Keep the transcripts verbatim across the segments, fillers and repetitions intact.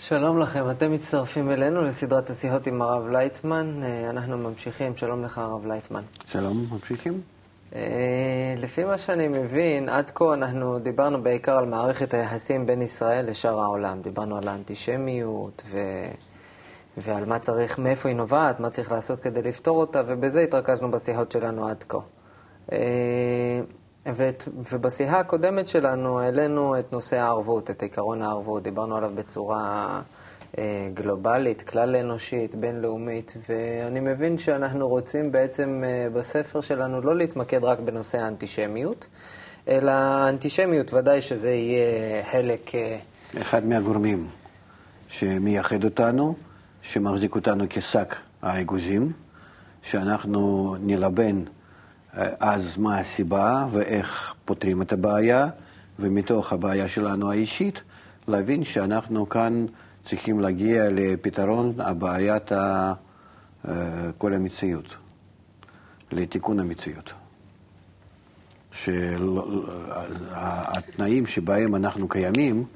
שלום לכם, אתם מצטרפים אלינו לסדרת השיחות עם הרב לייטמן. אנחנו ממשיכים, שלום לך הרב לייטמן. שלום, ממשיכים. לפי מה שאני מבין, עד כה אנחנו דיברנו בעיקר על מערכת היחסים בין ישראל לשאר העולם. דיברנו על האנטישמיות ו... ועל מה צריך, מאיפה היא נובעת, מה צריך לעשות כדי לפתור אותה, ובזה התרכזנו בשיחות שלנו עד כה. ו... ובשיחה הקודמת שלנו העלינו את נושא הערבות, את עיקרון הערבות. דיברנו עליו בצורה אה, גלובלית, כלל אנושית, בינלאומית, ואני מבין שאנחנו רוצים בעצם אה, בספר שלנו לא להתמקד רק בנושא האנטישמיות, אלא האנטישמיות ודאי שזה יהיה חלק... אה... אחד מהגורמים שמייחד אותנו, שמחזיק אותנו כשק האגוזים, שאנחנו נלבן אז מה הסיבה ואיך פותרים את הבעיה, ומתוך הבעיה שלנו האישית, להבין שאנחנו כאן צריכים להגיע לפתרון הבעיית כל המציאות, לתיקון המציאות. שהתנאים שבהם אנחנו קיימים,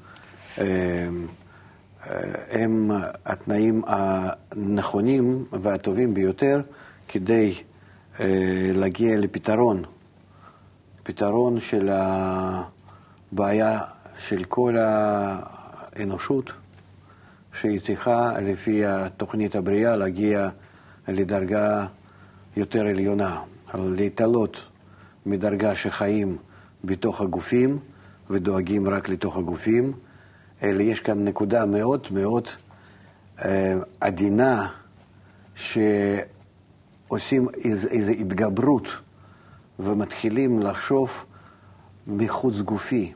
הם התנאים הנכונים והטובים ביותר כדי להגיע לפתרון, פתרון של הבעיה של כל האנושות, שהיא צריכה לפי התוכנית הבריאה להגיע לדרגה יותר עליונה, להתעלות מדרגה שחיים בתוך הגופים ודואגים רק לתוך הגופים, אלא יש כאן נקודה מאוד מאוד עדינה ש... עושים איזו התגברות ומתחילים לחשוב מחוץ גופי,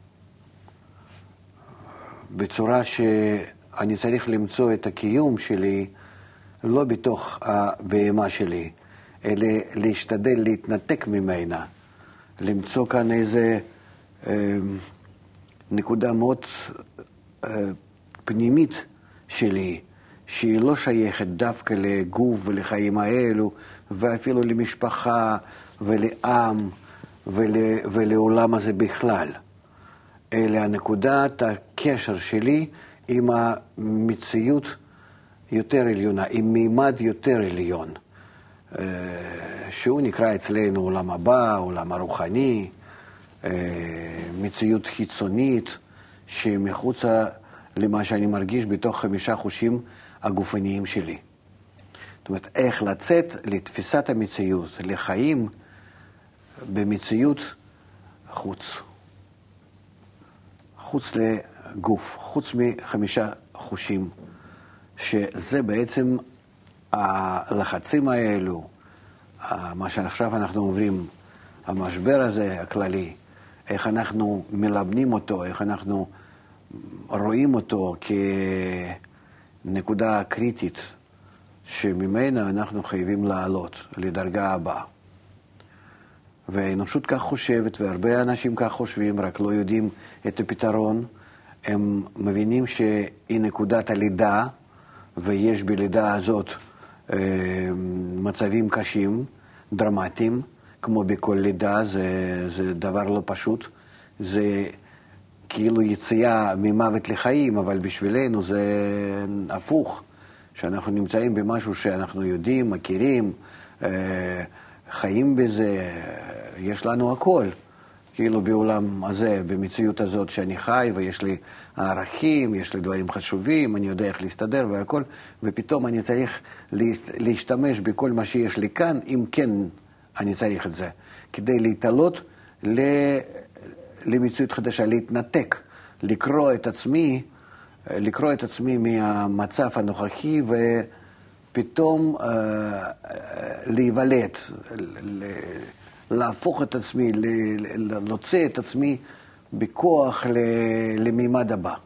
בצורה שאני צריך למצוא את הקיום שלי לא בתוך הבהמה שלי, אלא להשתדל להתנתק ממנה, למצוא כאן איזו אה, נקודה מאוד אה, פנימית שלי, שהיא לא שייכת דווקא לגוף ולחיים האלו, ואפילו למשפחה ולעם ול, ולעולם הזה בכלל. אלא נקודת הקשר שלי עם המציאות יותר עליונה, עם מימד יותר עליון, שהוא נקרא אצלנו עולם הבא, עולם הרוחני, מציאות חיצונית, שמחוץ למה שאני מרגיש בתוך חמישה חושים הגופניים שלי. זאת אומרת, איך לצאת לתפיסת המציאות, לחיים במציאות חוץ. חוץ לגוף, חוץ מחמישה חושים, שזה בעצם הלחצים האלו, מה שעכשיו אנחנו עוברים, המשבר הזה הכללי, איך אנחנו מלבנים אותו, איך אנחנו רואים אותו כ... נקודה קריטית שממנה אנחנו חייבים לעלות לדרגה הבאה. והאנושות כך חושבת, והרבה אנשים כך חושבים, רק לא יודעים את הפתרון. הם מבינים שהיא נקודת הלידה, ויש בלידה הזאת אה, מצבים קשים, דרמטיים, כמו בכל לידה, זה, זה דבר לא פשוט. זה כאילו יציאה ממוות לחיים, אבל בשבילנו זה הפוך, שאנחנו נמצאים במשהו שאנחנו יודעים, מכירים, חיים בזה, יש לנו הכל. כאילו בעולם הזה, במציאות הזאת שאני חי, ויש לי ערכים, יש לי דברים חשובים, אני יודע איך להסתדר והכל, ופתאום אני צריך להשתמש בכל מה שיש לי כאן, אם כן אני צריך את זה, כדי להתעלות ל... למציאות חדשה, להתנתק, לקרוא את עצמי, לקרוא את עצמי מהמצב הנוכחי ופתאום אה, להיוולד, להפוך את עצמי, להוציא את עצמי בכוח למימד הבא.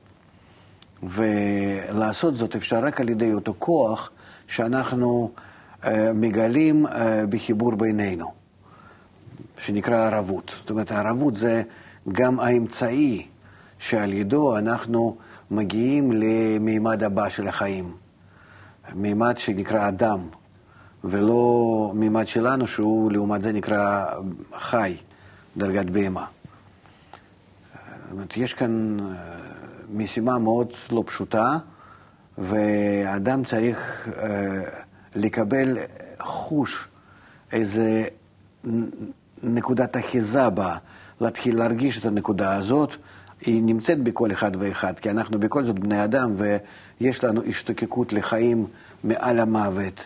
ולעשות זאת אפשר רק על ידי אותו כוח שאנחנו אה, מגלים אה, בחיבור בינינו, שנקרא ערבות. זאת אומרת, הערבות זה גם האמצעי שעל ידו אנחנו מגיעים למימד הבא של החיים. מימד שנקרא אדם, ולא מימד שלנו שהוא לעומת זה נקרא חי, דרגת בהמה. זאת אומרת, יש כאן משימה מאוד לא פשוטה, ואדם צריך לקבל חוש איזה נקודת אחיזה בה, להתחיל להרגיש את הנקודה הזאת, היא נמצאת בכל אחד ואחד, כי אנחנו בכל זאת בני אדם, ויש לנו השתוקקות לחיים מעל המוות,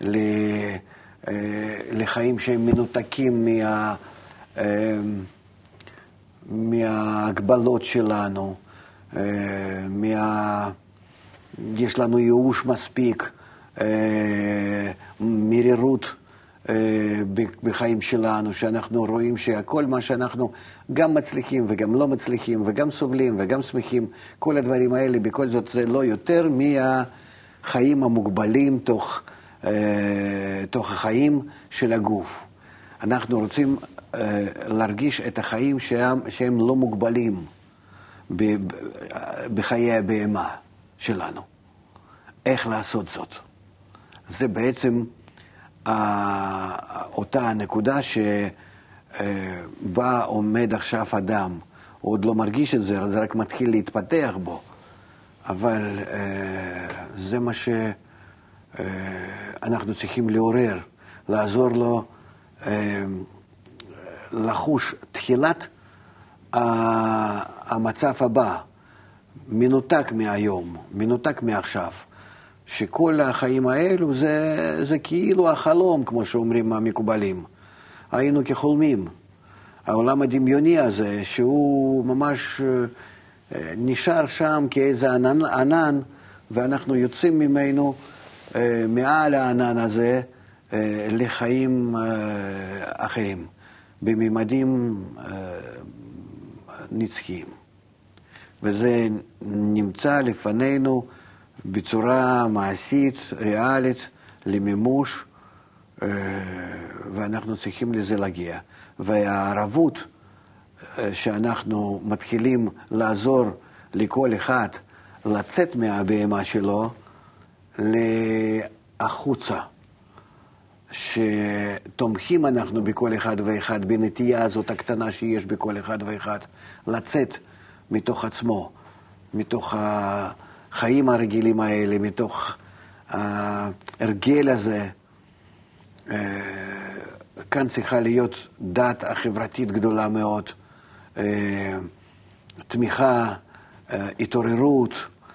לחיים שהם מנותקים מה, מההגבלות שלנו, מה, יש לנו ייאוש מספיק, מרירות בחיים שלנו, שאנחנו רואים שהכל מה שאנחנו גם מצליחים וגם לא מצליחים וגם סובלים וגם שמחים, כל הדברים האלה בכל זאת זה לא יותר מהחיים המוגבלים תוך, תוך החיים של הגוף. אנחנו רוצים להרגיש את החיים שהם, שהם לא מוגבלים בחיי הבהמה שלנו. איך לעשות זאת? זה בעצם אותה הנקודה שבה עומד עכשיו אדם, הוא עוד לא מרגיש את זה, זה רק מתחיל להתפתח בו, אבל זה מה שאנחנו צריכים לעורר, לעזור לו לחוש תחילת המצב הבא, מנותק מהיום, מנותק מעכשיו. שכל החיים האלו זה, זה כאילו החלום, כמו שאומרים המקובלים. היינו כחולמים. העולם הדמיוני הזה, שהוא ממש נשאר שם כאיזה ענן, ענן, ואנחנו יוצאים ממנו מעל הענן הזה לחיים אחרים, בממדים נצחיים. וזה נמצא לפנינו בצורה מעשית, ריאלית, למימוש, ואנחנו צריכים לזה להגיע. והערבות שאנחנו מתחילים לעזור לכל אחד לצאת מהבהמה שלו לחוצה, שתומכים אנחנו בכל אחד ואחד, בנטייה הזאת הקטנה שיש בכל אחד ואחד, לצאת מתוך עצמו, מתוך ה... החיים הרגילים האלה, מתוך ההרגל הזה. כאן צריכה להיות דת החברתית גדולה מאוד, תמיכה, התעוררות,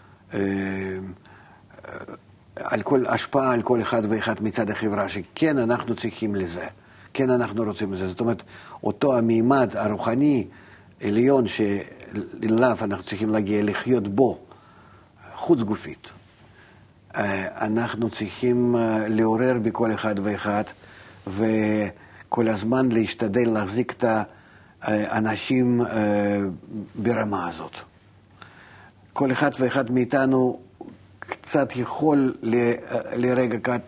על כל השפעה על כל אחד ואחד מצד החברה, שכן אנחנו צריכים לזה, כן אנחנו רוצים לזה. זאת אומרת, אותו המימד הרוחני עליון שאליו אנחנו צריכים להגיע, לחיות בו, חוץ גופית. אנחנו צריכים לעורר בכל אחד ואחד, וכל הזמן להשתדל להחזיק את האנשים ברמה הזאת. כל אחד ואחד מאיתנו קצת יכול לרגע קצת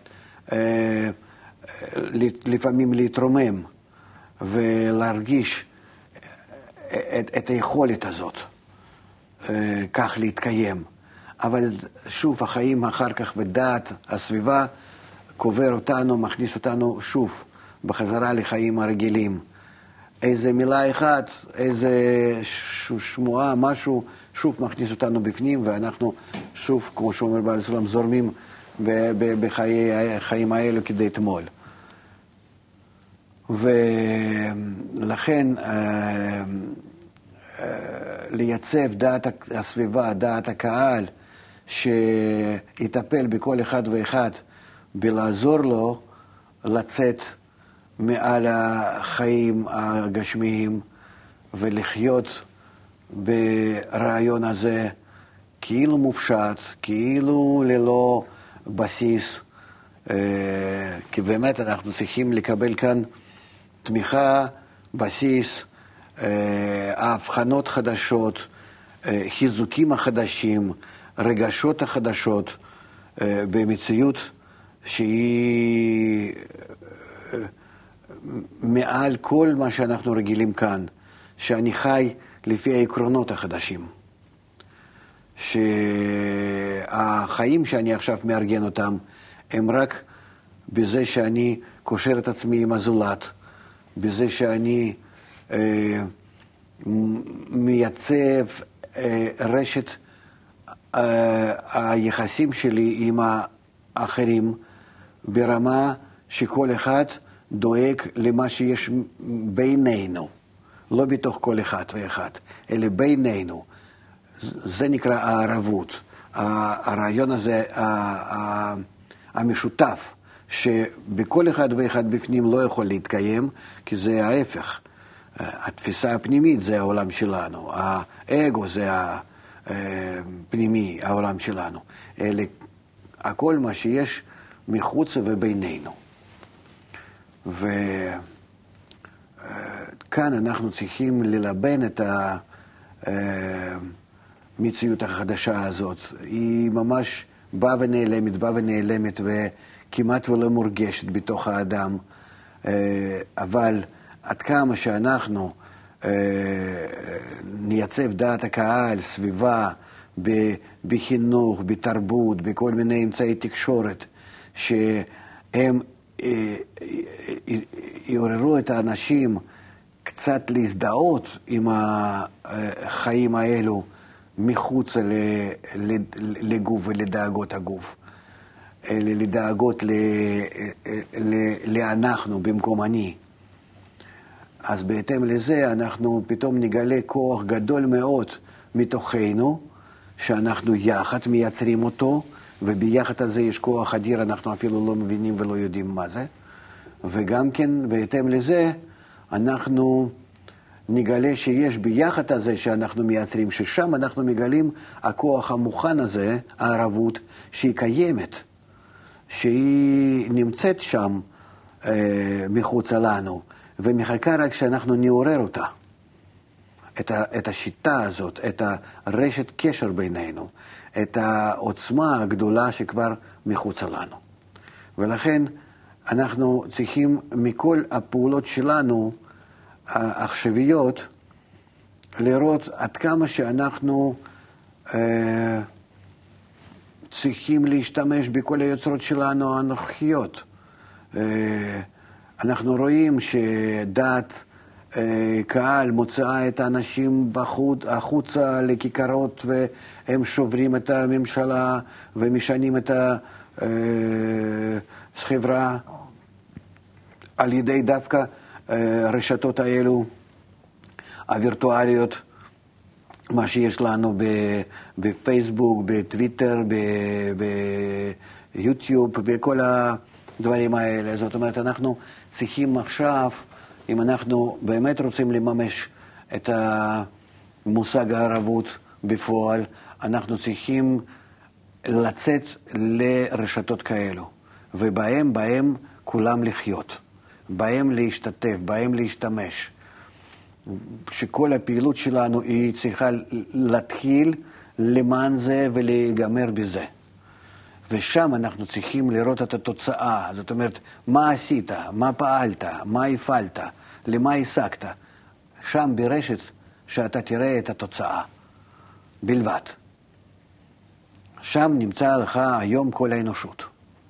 לפעמים להתרומם ולהרגיש את, את היכולת הזאת, כך להתקיים. אבל שוב, החיים אחר כך ודעת הסביבה קובר אותנו, מכניס אותנו שוב בחזרה לחיים הרגילים. איזה מילה אחת, איזה שמועה, משהו, שוב מכניס אותנו בפנים, ואנחנו שוב, כמו שאומר בעל סולם, זורמים בחיים האלו כדי אתמול. ולכן לייצב דעת הסביבה, דעת הקהל, שיטפל בכל אחד ואחד בלעזור לו לצאת מעל החיים הגשמיים ולחיות ברעיון הזה כאילו מופשט, כאילו ללא בסיס, כי באמת אנחנו צריכים לקבל כאן תמיכה, בסיס, ההבחנות חדשות, חיזוקים החדשים, רגשות החדשות, במציאות שהיא מעל כל מה שאנחנו רגילים כאן, שאני חי לפי העקרונות החדשים. שהחיים שאני עכשיו מארגן אותם, הם רק בזה שאני קושר את עצמי עם הזולת, בזה שאני אה, מייצב אה, רשת היחסים שלי עם האחרים ברמה שכל אחד דואג למה שיש בינינו, לא בתוך כל אחד ואחד, אלא בינינו. זה נקרא הערבות. הרעיון הזה המשותף, שבכל אחד ואחד בפנים לא יכול להתקיים, כי זה ההפך. התפיסה הפנימית זה העולם שלנו, האגו זה הפנימי, העולם שלנו. אלה הכל מה שיש מחוץ ובינינו. וכאן אנחנו צריכים ללבן את המציאות החדשה הזאת. היא ממש באה ונעלמת, באה ונעלמת וכמעט ולא מורגשת בתוך האדם. אבל עד כמה שאנחנו נייצב דעת הקהל, סביבה, בחינוך, בתרבות, בכל מיני אמצעי תקשורת, שהם יעוררו את האנשים קצת להזדהות עם החיים האלו מחוץ לגוף ולדאגות הגוף, לדאגות לאנחנו במקום אני. אז בהתאם לזה אנחנו פתאום נגלה כוח גדול מאוד מתוכנו, שאנחנו יחד מייצרים אותו, וביחד הזה יש כוח אדיר, אנחנו אפילו לא מבינים ולא יודעים מה זה. וגם כן, בהתאם לזה, אנחנו נגלה שיש ביחד הזה שאנחנו מייצרים, ששם אנחנו מגלים הכוח המוכן הזה, הערבות, שהיא קיימת, שהיא נמצאת שם אה, מחוץ לנו, ומחכה רק שאנחנו נעורר אותה. את, ה, את השיטה הזאת, את הרשת קשר בינינו, את העוצמה הגדולה שכבר מחוץ לנו. ולכן אנחנו צריכים מכל הפעולות שלנו, העכשוויות, לראות עד כמה שאנחנו אה, צריכים להשתמש בכל היוצרות שלנו הנוכחיות. אה, אנחנו רואים שדעת אה, קהל מוצאה את האנשים בחוץ, החוצה לכיכרות, והם שוברים את הממשלה ומשנים את החברה על ידי דווקא הרשתות האלו, הווירטואליות, מה שיש לנו בפייסבוק, בטוויטר, ביוטיוב, בכל הדברים האלה. זאת אומרת, אנחנו צריכים עכשיו, אם אנחנו באמת רוצים לממש את המושג הערבות בפועל, אנחנו צריכים לצאת לרשתות כאלו, ובהם, בהם כולם לחיות, בהם להשתתף, בהם להשתמש. שכל הפעילות שלנו היא צריכה להתחיל למען זה ולהיגמר בזה. ושם אנחנו צריכים לראות את התוצאה. זאת אומרת, מה עשית, מה פעלת, מה הפעלת, למה השגת. שם ברשת שאתה תראה את התוצאה בלבד. שם נמצא לך היום כל האנושות.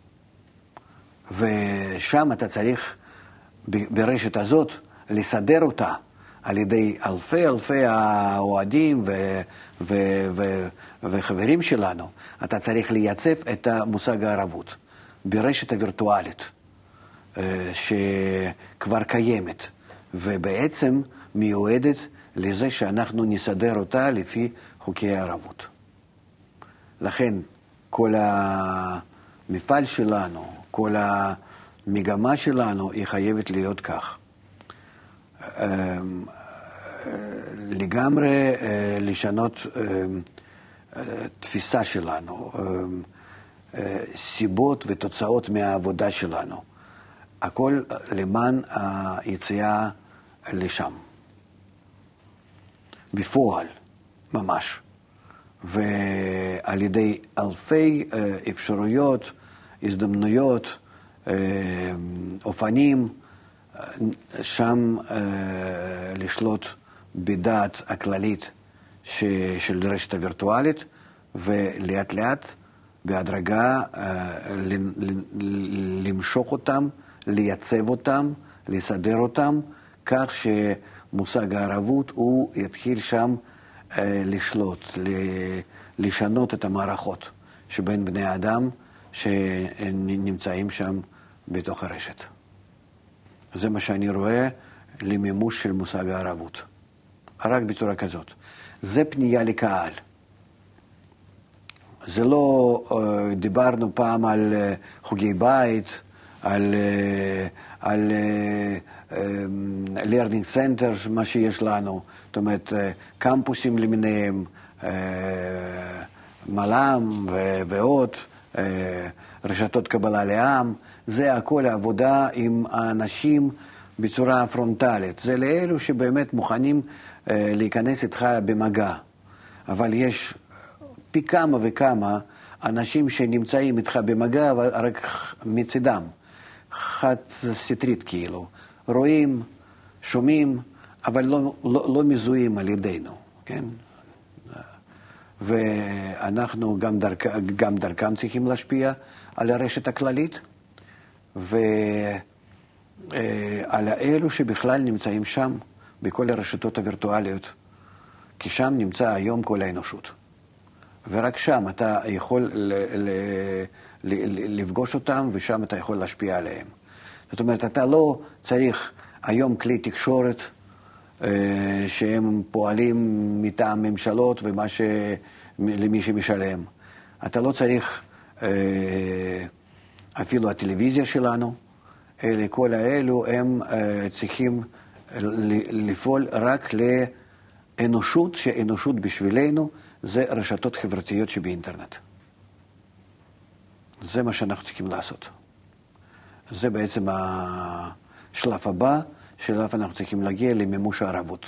ושם אתה צריך ברשת הזאת לסדר אותה על ידי אלפי אלפי האוהדים ו- ו- ו- וחברים שלנו. אתה צריך לייצב את המושג הערבות ברשת הווירטואלית שכבר קיימת, ובעצם מיועדת לזה שאנחנו נסדר אותה לפי חוקי הערבות. לכן כל המפעל שלנו, כל המגמה שלנו היא חייבת להיות כך. לגמרי לשנות תפיסה שלנו, סיבות ותוצאות מהעבודה שלנו. הכל למען היציאה לשם. בפועל, ממש. ועל ידי אלפי אפשרויות, הזדמנויות, אופנים, שם לשלוט בדעת הכללית של רשת הווירטואלית, ולאט לאט בהדרגה למשוך אותם, לייצב אותם, לסדר אותם, כך שמושג הערבות הוא יתחיל שם לשלוט, לשנות את המערכות שבין בני האדם שנמצאים שם בתוך הרשת. זה מה שאני רואה למימוש של מושג הערבות. רק בצורה כזאת. זה פנייה לקהל. זה לא, דיברנו פעם על חוגי בית, על, על learning centers, מה שיש לנו, זאת אומרת, קמפוסים למיניהם, מל"ם ועוד, רשתות קבלה לעם, זה הכל העבודה עם האנשים בצורה פרונטלית. זה לאלו שבאמת מוכנים להיכנס איתך במגע. אבל יש פי כמה וכמה אנשים שנמצאים איתך במגע, אבל רק מצידם, חד סטרית כאילו. רואים, שומעים, אבל לא, לא, לא מזוהים על ידינו, כן? ואנחנו גם, דרכ, גם דרכם צריכים להשפיע על הרשת הכללית, ועל האלו שבכלל נמצאים שם, בכל הרשתות הווירטואליות, כי שם נמצא היום כל האנושות. ורק שם אתה יכול ל- ל- ל- לפגוש אותם, ושם אתה יכול להשפיע עליהם. זאת אומרת, אתה לא צריך היום כלי תקשורת אה, שהם פועלים מטעם ממשלות ומה ש... למי שמשלם. אתה לא צריך אה, אפילו הטלוויזיה שלנו, אלא כל האלו הם אה, צריכים לפעול רק לאנושות, שאנושות בשבילנו זה רשתות חברתיות שבאינטרנט. זה מה שאנחנו צריכים לעשות. זה בעצם השלב הבא, שלב אנחנו צריכים להגיע למימוש הערבות.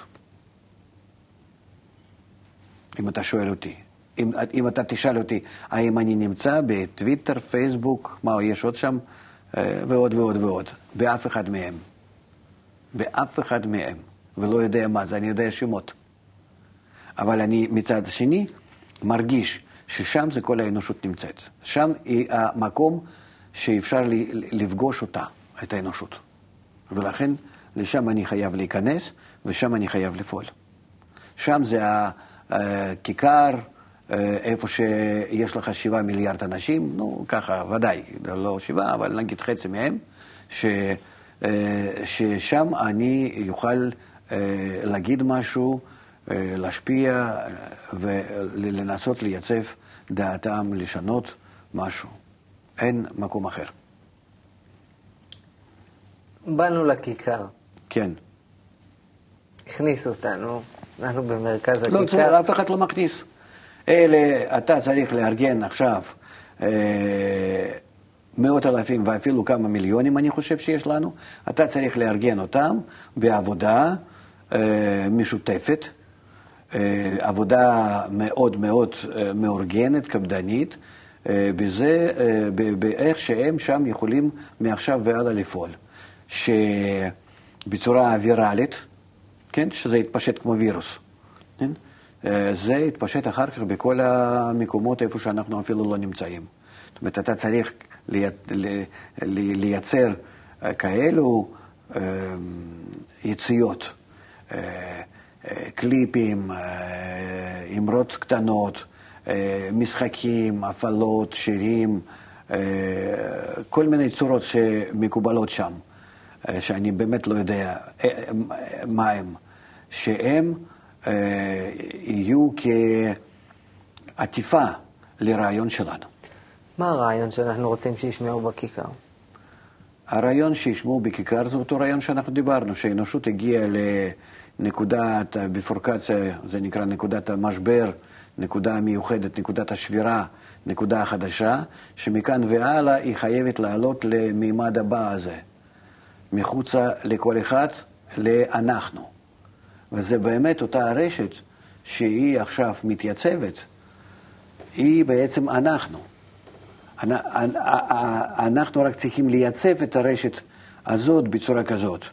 אם אתה שואל אותי. אם, אם אתה תשאל אותי, האם אני נמצא בטוויטר, פייסבוק, מה יש עוד שם, ועוד ועוד ועוד. באף אחד מהם. באף אחד מהם. ולא יודע מה זה, אני יודע שמות. אבל אני מצד שני מרגיש ששם זה כל האנושות נמצאת. שם היא המקום שאפשר לפגוש אותה, את האנושות. ולכן לשם אני חייב להיכנס, ושם אני חייב לפעול. שם זה הכיכר, איפה שיש לך שבעה מיליארד אנשים, נו ככה ודאי, לא שבעה, אבל נגיד חצי מהם, ש, ששם אני יוכל להגיד משהו, להשפיע ולנסות לייצב דעתם, לשנות משהו. אין מקום אחר. באנו לכיכר. כן. הכניסו אותנו, אנחנו במרכז לא, הכיכר. אף אחד לא מכניס. אלה, אתה צריך לארגן עכשיו אה, מאות אלפים ואפילו כמה מיליונים, אני חושב שיש לנו. אתה צריך לארגן אותם בעבודה אה, משותפת, אה, עבודה מאוד מאוד אה, מאורגנת, קפדנית, אה, בזה, אה, באיך שהם שם יכולים מעכשיו והלאה לפעול. שבצורה ויראלית, כן, שזה יתפשט כמו וירוס, כן? זה יתפשט אחר כך בכל המקומות איפה שאנחנו אפילו לא נמצאים. זאת אומרת, אתה צריך לייצר כאלו יציאות, קליפים, אמרות קטנות, משחקים, הפעלות, שירים, כל מיני צורות שמקובלות שם, שאני באמת לא יודע מה הם, שהם יהיו כעטיפה לרעיון שלנו. מה הרעיון שאנחנו רוצים שישמעו בכיכר? הרעיון שישמעו בכיכר זה אותו רעיון שאנחנו דיברנו, שהאנושות הגיעה לנקודת ביפורקציה, זה נקרא נקודת המשבר, נקודה מיוחדת, נקודת השבירה, נקודה חדשה, שמכאן והלאה היא חייבת לעלות למימד הבא הזה, מחוצה לכל אחד, לאנחנו. וזה באמת אותה הרשת שהיא עכשיו מתייצבת, היא בעצם אנחנו. אנחנו רק צריכים לייצב את הרשת הזאת בצורה כזאת,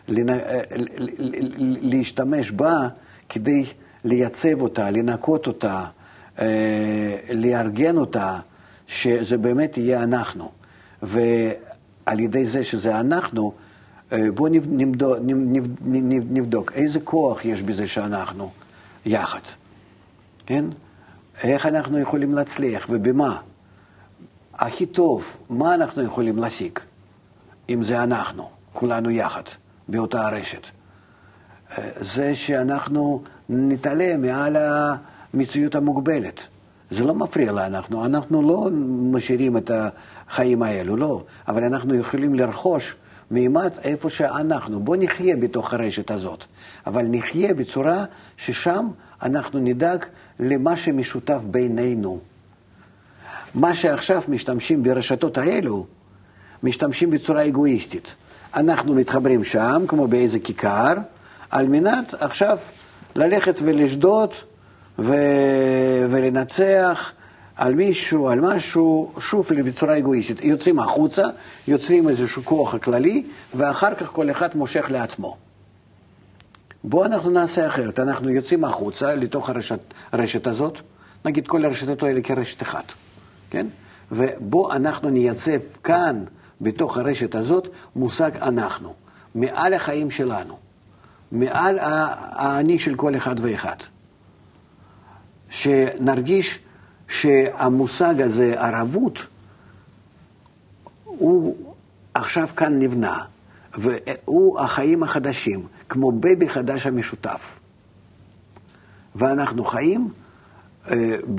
להשתמש בה כדי לייצב אותה, לנקות אותה, לארגן אותה, שזה באמת יהיה אנחנו. ועל ידי זה שזה אנחנו, בואו נבדוק, נבדוק איזה כוח יש בזה שאנחנו יחד. כן? איך אנחנו יכולים להצליח ובמה? הכי טוב, מה אנחנו יכולים להשיג? אם זה אנחנו, כולנו יחד, באותה הרשת. זה שאנחנו נתעלה מעל המציאות המוגבלת. זה לא מפריע לנו, אנחנו לא משאירים את החיים האלו, לא. אבל אנחנו יכולים לרכוש מימד איפה שאנחנו. בוא נחיה בתוך הרשת הזאת, אבל נחיה בצורה ששם אנחנו נדאג למה שמשותף בינינו. מה שעכשיו משתמשים ברשתות האלו, משתמשים בצורה אגואיסטית. אנחנו מתחברים שם, כמו באיזה כיכר, על מנת עכשיו ללכת ולשדוד ו... ולנצח על מישהו, על משהו, שוב בצורה אגואיסטית. יוצאים החוצה, יוצרים איזשהו כוח הכללי, ואחר כך כל אחד מושך לעצמו. בואו אנחנו נעשה אחרת. אנחנו יוצאים החוצה לתוך הרשת, הרשת הזאת, נגיד כל הרשתות האלה כרשת אחת, כן? ובואו אנחנו נייצב כאן, בתוך הרשת הזאת, מושג אנחנו, מעל החיים שלנו, מעל האני של כל אחד ואחד. שנרגיש שהמושג הזה, ערבות, הוא עכשיו כאן נבנה, והוא החיים החדשים, כמו בייבי חדש המשותף. ואנחנו חיים אה, ב...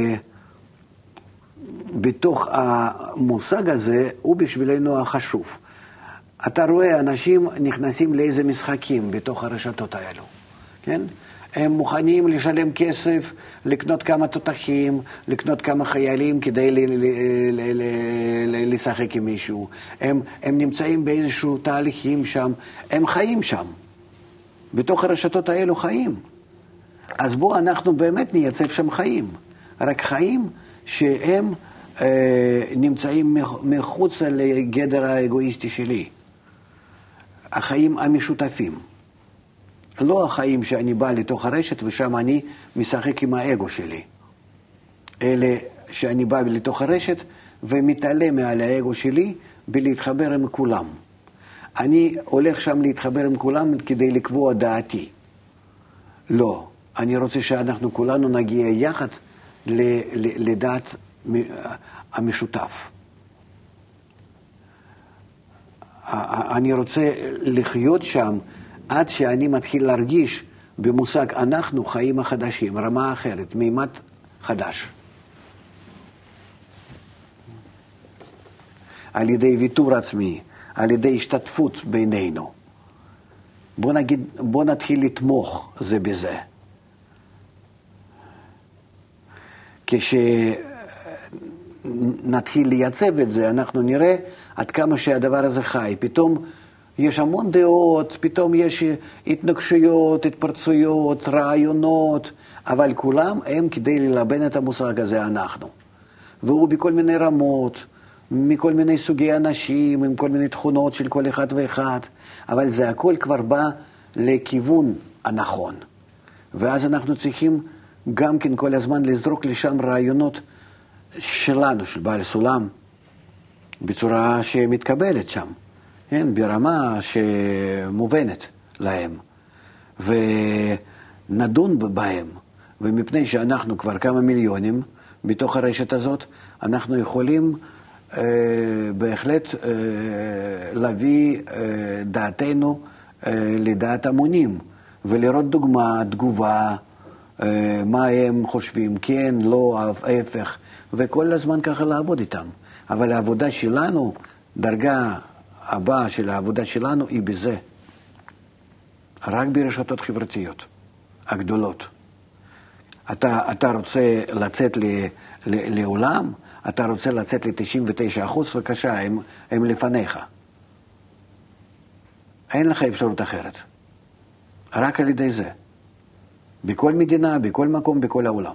בתוך המושג הזה, הוא בשבילנו החשוב. אתה רואה, אנשים נכנסים לאיזה משחקים בתוך הרשתות האלו, כן? הם מוכנים לשלם כסף, לקנות כמה תותחים, לקנות כמה חיילים כדי ל- ל- ל- ל- לשחק עם מישהו. הם, הם נמצאים באיזשהו תהליכים שם, הם חיים שם. בתוך הרשתות האלו חיים. אז בואו אנחנו באמת נייצב שם חיים. רק חיים שהם אה, נמצאים מחוץ לגדר האגואיסטי שלי. החיים המשותפים. לא החיים שאני בא לתוך הרשת ושם אני משחק עם האגו שלי. אלה שאני בא לתוך הרשת ומתעלה מעל האגו שלי בלהתחבר עם כולם. אני הולך שם להתחבר עם כולם כדי לקבוע דעתי. לא. אני רוצה שאנחנו כולנו נגיע יחד לדעת המשותף. אני רוצה לחיות שם עד שאני מתחיל להרגיש במושג אנחנו חיים החדשים, רמה אחרת, מימד חדש. על ידי ויתור עצמי, על ידי השתתפות בינינו. בוא נגיד, בוא נתחיל לתמוך זה בזה. כשנתחיל לייצב את זה, אנחנו נראה עד כמה שהדבר הזה חי. פתאום יש המון דעות, פתאום יש התנגשויות, התפרצויות, רעיונות, אבל כולם הם כדי ללבן את המושג הזה אנחנו. והוא בכל מיני רמות, מכל מיני סוגי אנשים, עם כל מיני תכונות של כל אחד ואחד, אבל זה הכל כבר בא לכיוון הנכון. ואז אנחנו צריכים גם כן כל הזמן לזרוק לשם רעיונות שלנו, של בעל סולם, בצורה שמתקבלת שם, כן? ברמה שמובנת להם. ונדון בהם, ומפני שאנחנו כבר כמה מיליונים בתוך הרשת הזאת, אנחנו יכולים אה, בהחלט אה, להביא אה, דעתנו אה, לדעת המונים, ולראות דוגמה, תגובה, אה, מה הם חושבים, כן, לא, ההפך, וכל הזמן ככה לעבוד איתם. אבל העבודה שלנו, דרגה הבאה של העבודה שלנו היא בזה. רק ברשתות חברתיות הגדולות. אתה, אתה רוצה לצאת ל, ל, לעולם, אתה רוצה לצאת ל-תשעים ותשעה אחוז, בבקשה, הם, הם לפניך. אין לך אפשרות אחרת. רק על ידי זה. בכל מדינה, בכל מקום, בכל העולם.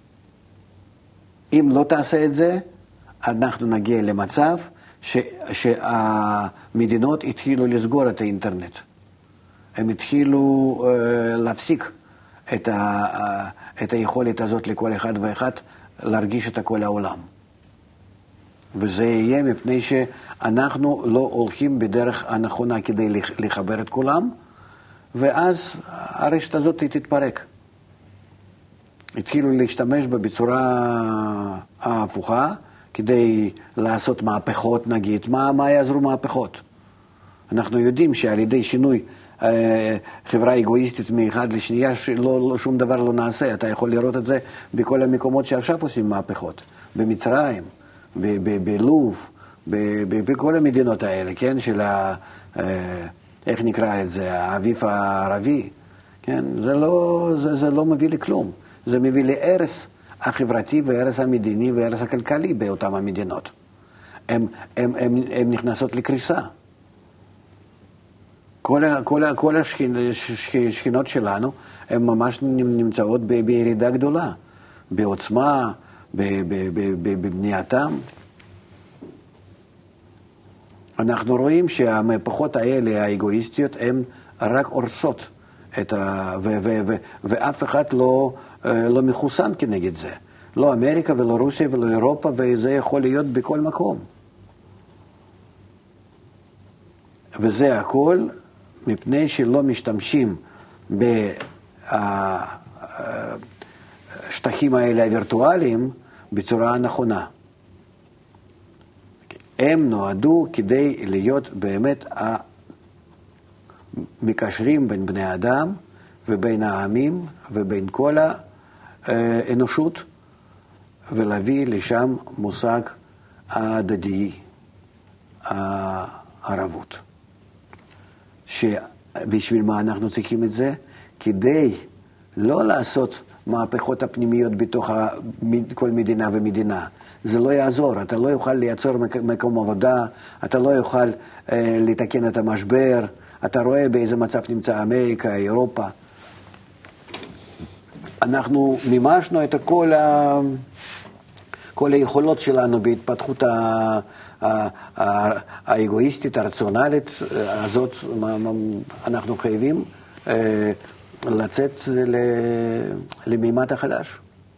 אם לא תעשה את זה, אנחנו נגיע למצב ש, שהמדינות התחילו לסגור את האינטרנט. הם התחילו uh, להפסיק את, ה, uh, את היכולת הזאת לכל אחד ואחד להרגיש את כל העולם. וזה יהיה מפני שאנחנו לא הולכים בדרך הנכונה כדי לחבר את כולם, ואז הרשת הזאת תתפרק. התחילו להשתמש בה בצורה ההפוכה, כדי לעשות מהפכות נגיד. מה, מה יעזרו מהפכות? אנחנו יודעים שעל ידי שינוי אה, חברה אגואיסטית מאחד לשנייה, שלא, לא, שום דבר לא נעשה. אתה יכול לראות את זה בכל המקומות שעכשיו עושים מהפכות. במצרים, בלוב, בכל המדינות האלה, כן? של ה... אה, איך נקרא את זה? האביב הערבי. כן? זה לא, זה, זה לא מביא לכלום. זה מביא להרס החברתי והרס המדיני והרס הכלכלי באותן המדינות. הם, הם, הם, הם נכנסות לקריסה. כל, כל, כל השכינות שלנו הן ממש נמצאות ב, בירידה גדולה, בעוצמה, בבנייתם. אנחנו רואים שהמהפכות האלה, האגואיסטיות, הן רק הורסות. את ה... ו... ו... ו... ואף אחד לא, לא מחוסן כנגד זה. לא אמריקה ולא רוסיה ולא אירופה, וזה יכול להיות בכל מקום. וזה הכל מפני שלא משתמשים בשטחים האלה הווירטואליים בצורה נכונה. הם נועדו כדי להיות באמת המקשרים בין בני אדם ובין העמים ובין כל האנושות, ולהביא לשם מושג ההדדי, הערבות. שבשביל מה אנחנו צריכים את זה? כדי לא לעשות מהפכות הפנימיות בתוך כל מדינה ומדינה. זה לא יעזור, אתה לא יוכל לייצר מקום עבודה, אתה לא יוכל אה, לתקן את המשבר, אתה רואה באיזה מצב נמצא אמריקה, אירופה. אנחנו מימשנו את כל, ה... כל היכולות שלנו בהתפתחות ה... האגואיסטית, הרציונלית הזאת. אנחנו חייבים אה, לצאת למימד החדש.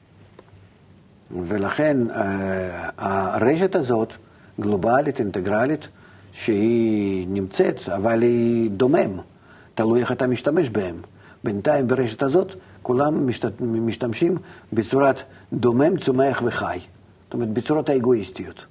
ולכן הרשת הזאת, גלובלית, אינטגרלית, שהיא נמצאת, אבל היא דומם, תלוי איך אתה משתמש בהם. בינתיים ברשת הזאת כולם משתמשים בצורת דומם, צומח וחי. זאת אומרת, בצורות האגואיסטיות.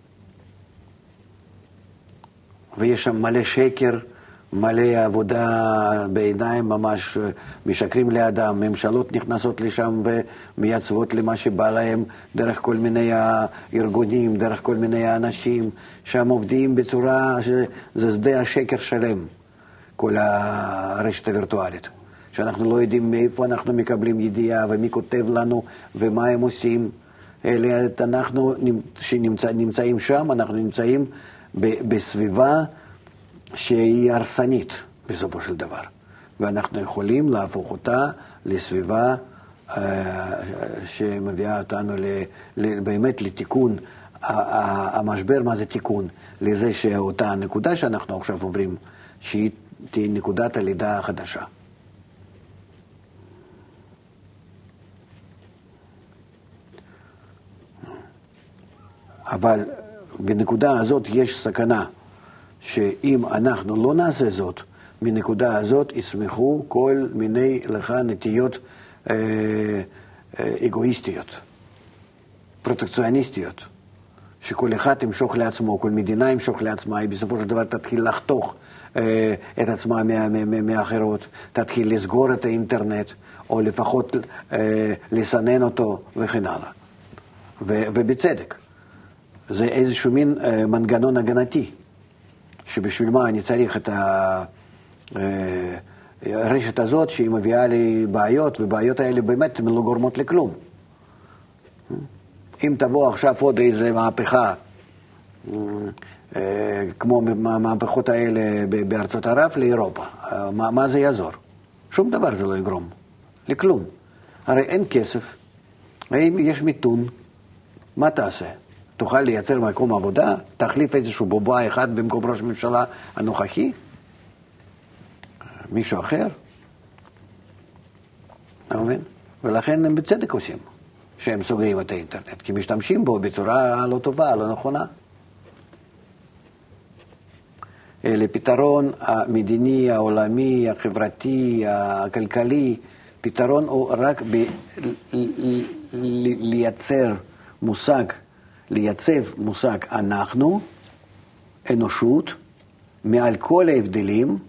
ויש שם מלא שקר, מלא עבודה בעיניים, ממש משקרים לאדם, ממשלות נכנסות לשם ומייצבות למה שבא להם דרך כל מיני הארגונים, דרך כל מיני האנשים, שם עובדים בצורה שזה שדה השקר שלם, כל הרשת הווירטואלית, שאנחנו לא יודעים מאיפה אנחנו מקבלים ידיעה ומי כותב לנו ומה הם עושים, אלא אנחנו שנמצאים שם, אנחנו נמצאים בסביבה שהיא הרסנית בסופו של דבר, ואנחנו יכולים להפוך אותה לסביבה שמביאה אותנו באמת לתיקון. המשבר, מה זה תיקון? לזה שאותה נקודה שאנחנו עכשיו עוברים, שהיא תהיה נקודת הלידה החדשה. אבל בנקודה הזאת יש סכנה, שאם אנחנו לא נעשה זאת, מנקודה הזאת יצמחו כל מיני לך נטיות אה, אה, אגואיסטיות, פרוטקציוניסטיות, שכל אחד ימשוך לעצמו, כל מדינה ימשוך לעצמה, היא בסופו של דבר תתחיל לחתוך אה, את עצמה מה, מה, מה, מאחרות, תתחיל לסגור את האינטרנט, או לפחות אה, לסנן אותו וכן הלאה. ו, ובצדק. זה איזשהו מין אה, מנגנון הגנתי. שבשביל מה אני צריך את הרשת הזאת שהיא מביאה לי בעיות, ובעיות האלה באמת לא גורמות לכלום. אם תבוא עכשיו עוד איזה מהפכה, כמו המהפכות האלה בארצות ערב לאירופה, מה, מה זה יעזור? שום דבר זה לא יגרום לכלום. הרי אין כסף, האם יש מיתון, מה תעשה? תוכל לייצר מקום עבודה, תחליף איזשהו בובה אחד במקום ראש הממשלה הנוכחי, מישהו אחר, אתה מבין? ולכן הם בצדק עושים שהם סוגרים את האינטרנט, כי משתמשים בו בצורה לא טובה, לא נכונה. לפתרון המדיני, העולמי, החברתי, הכלכלי פתרון הוא רק ב- לייצר מושג, לייצב מושג אנחנו, אנושות, מעל כל ההבדלים,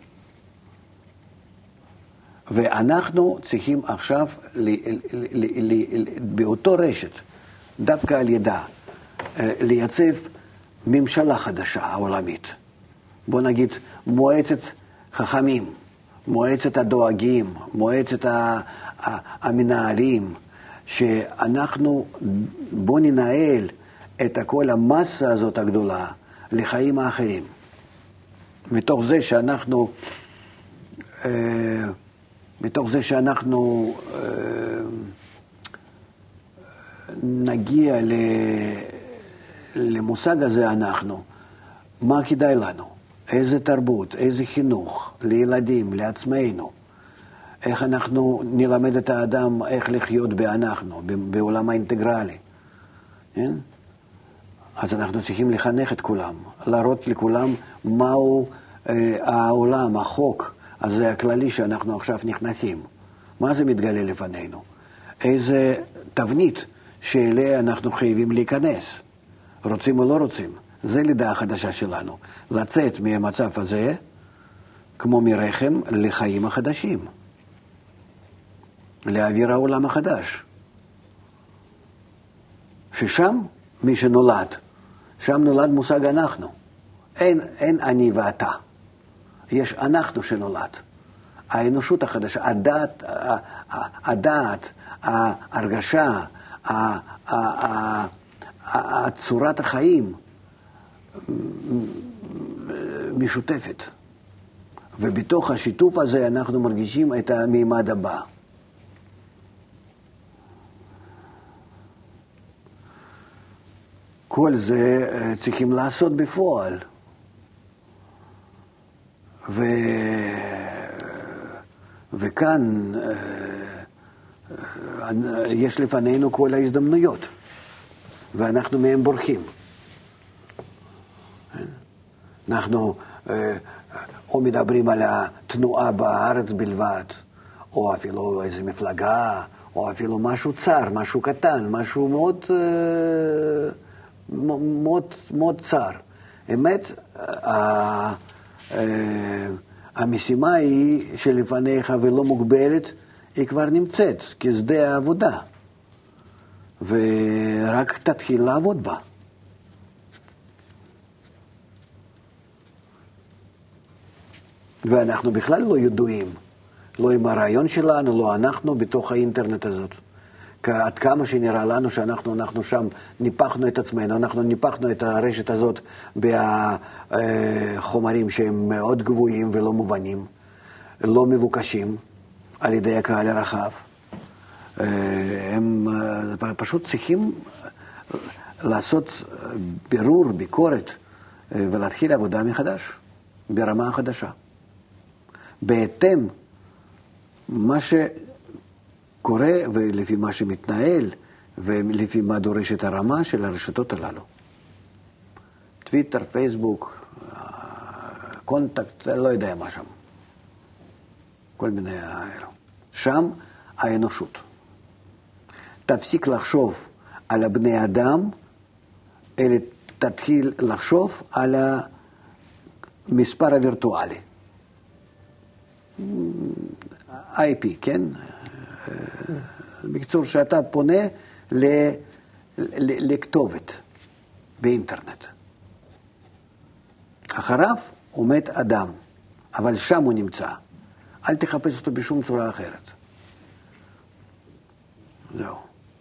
ואנחנו צריכים עכשיו ל- ל- ל- באותו רשת, דווקא על ידה, לייצב ממשלה חדשה, העולמית. בוא נגיד, מועצת חכמים, מועצת הדואגים, מועצת המנהלים, שאנחנו, בוא ננהל את כל המסה הזאת הגדולה לחיים האחרים. מתוך זה שאנחנו, מתוך זה שאנחנו נגיע למושג הזה אנחנו, מה כדאי לנו? איזה תרבות, איזה חינוך לילדים, לעצמנו, איך אנחנו נלמד את האדם איך לחיות באנחנו, בעולם האינטגרלי. כן? אז אנחנו צריכים לחנך את כולם, להראות לכולם מהו אה, העולם, החוק הזה הכללי שאנחנו עכשיו נכנסים. מה זה מתגלה לפנינו? איזה תבנית שאליה אנחנו חייבים להיכנס. רוצים או לא רוצים. זה לידה החדשה שלנו. לצאת מהמצב הזה, כמו מרחם, לחיים החדשים. לאוויר העולם החדש. ששם, מי שנולד, שם נולד מושג אנחנו. אין, אין אני ואתה. יש אנחנו שנולד. האנושות החדשה, הדעת, הדעת, ההרגשה, צורת החיים משותפת. ובתוך השיתוף הזה אנחנו מרגישים את המימד הבא. כל זה צריכים לעשות בפועל. ו... וכאן יש לפנינו כל ההזדמנויות, ואנחנו מהם בורחים. אנחנו או מדברים על התנועה בארץ בלבד, או אפילו איזו מפלגה, או אפילו משהו צר, משהו קטן, משהו מאוד, מאוד, מאוד צר. אמת, המשימה היא שלפניך ולא מוגבלת, היא כבר נמצאת כשדה העבודה. ורק תתחיל לעבוד בה. ואנחנו בכלל לא ידועים, לא עם הרעיון שלנו, לא אנחנו בתוך האינטרנט הזאת. עד כמה שנראה לנו שאנחנו אנחנו שם ניפחנו את עצמנו, אנחנו ניפחנו את הרשת הזאת בחומרים שהם מאוד גבוהים ולא מובנים, לא מבוקשים על ידי הקהל הרחב. הם פשוט צריכים לעשות בירור, ביקורת, ולהתחיל עבודה מחדש, ברמה החדשה. בהתאם מה שקורה ולפי מה שמתנהל ולפי מה דורש את הרמה של הרשתות הללו. טוויטר, פייסבוק, קונטקט, לא יודע מה שם. כל מיני האלו. שם האנושות. תפסיק לחשוב על הבני אדם, אלא תתחיל לחשוב על המספר הווירטואלי. איי פי, כן? בקיצור, שאתה פונה לכתובת באינטרנט. אחריו עומד אדם, אבל שם הוא נמצא. אל תחפש אותו בשום צורה אחרת. זהו.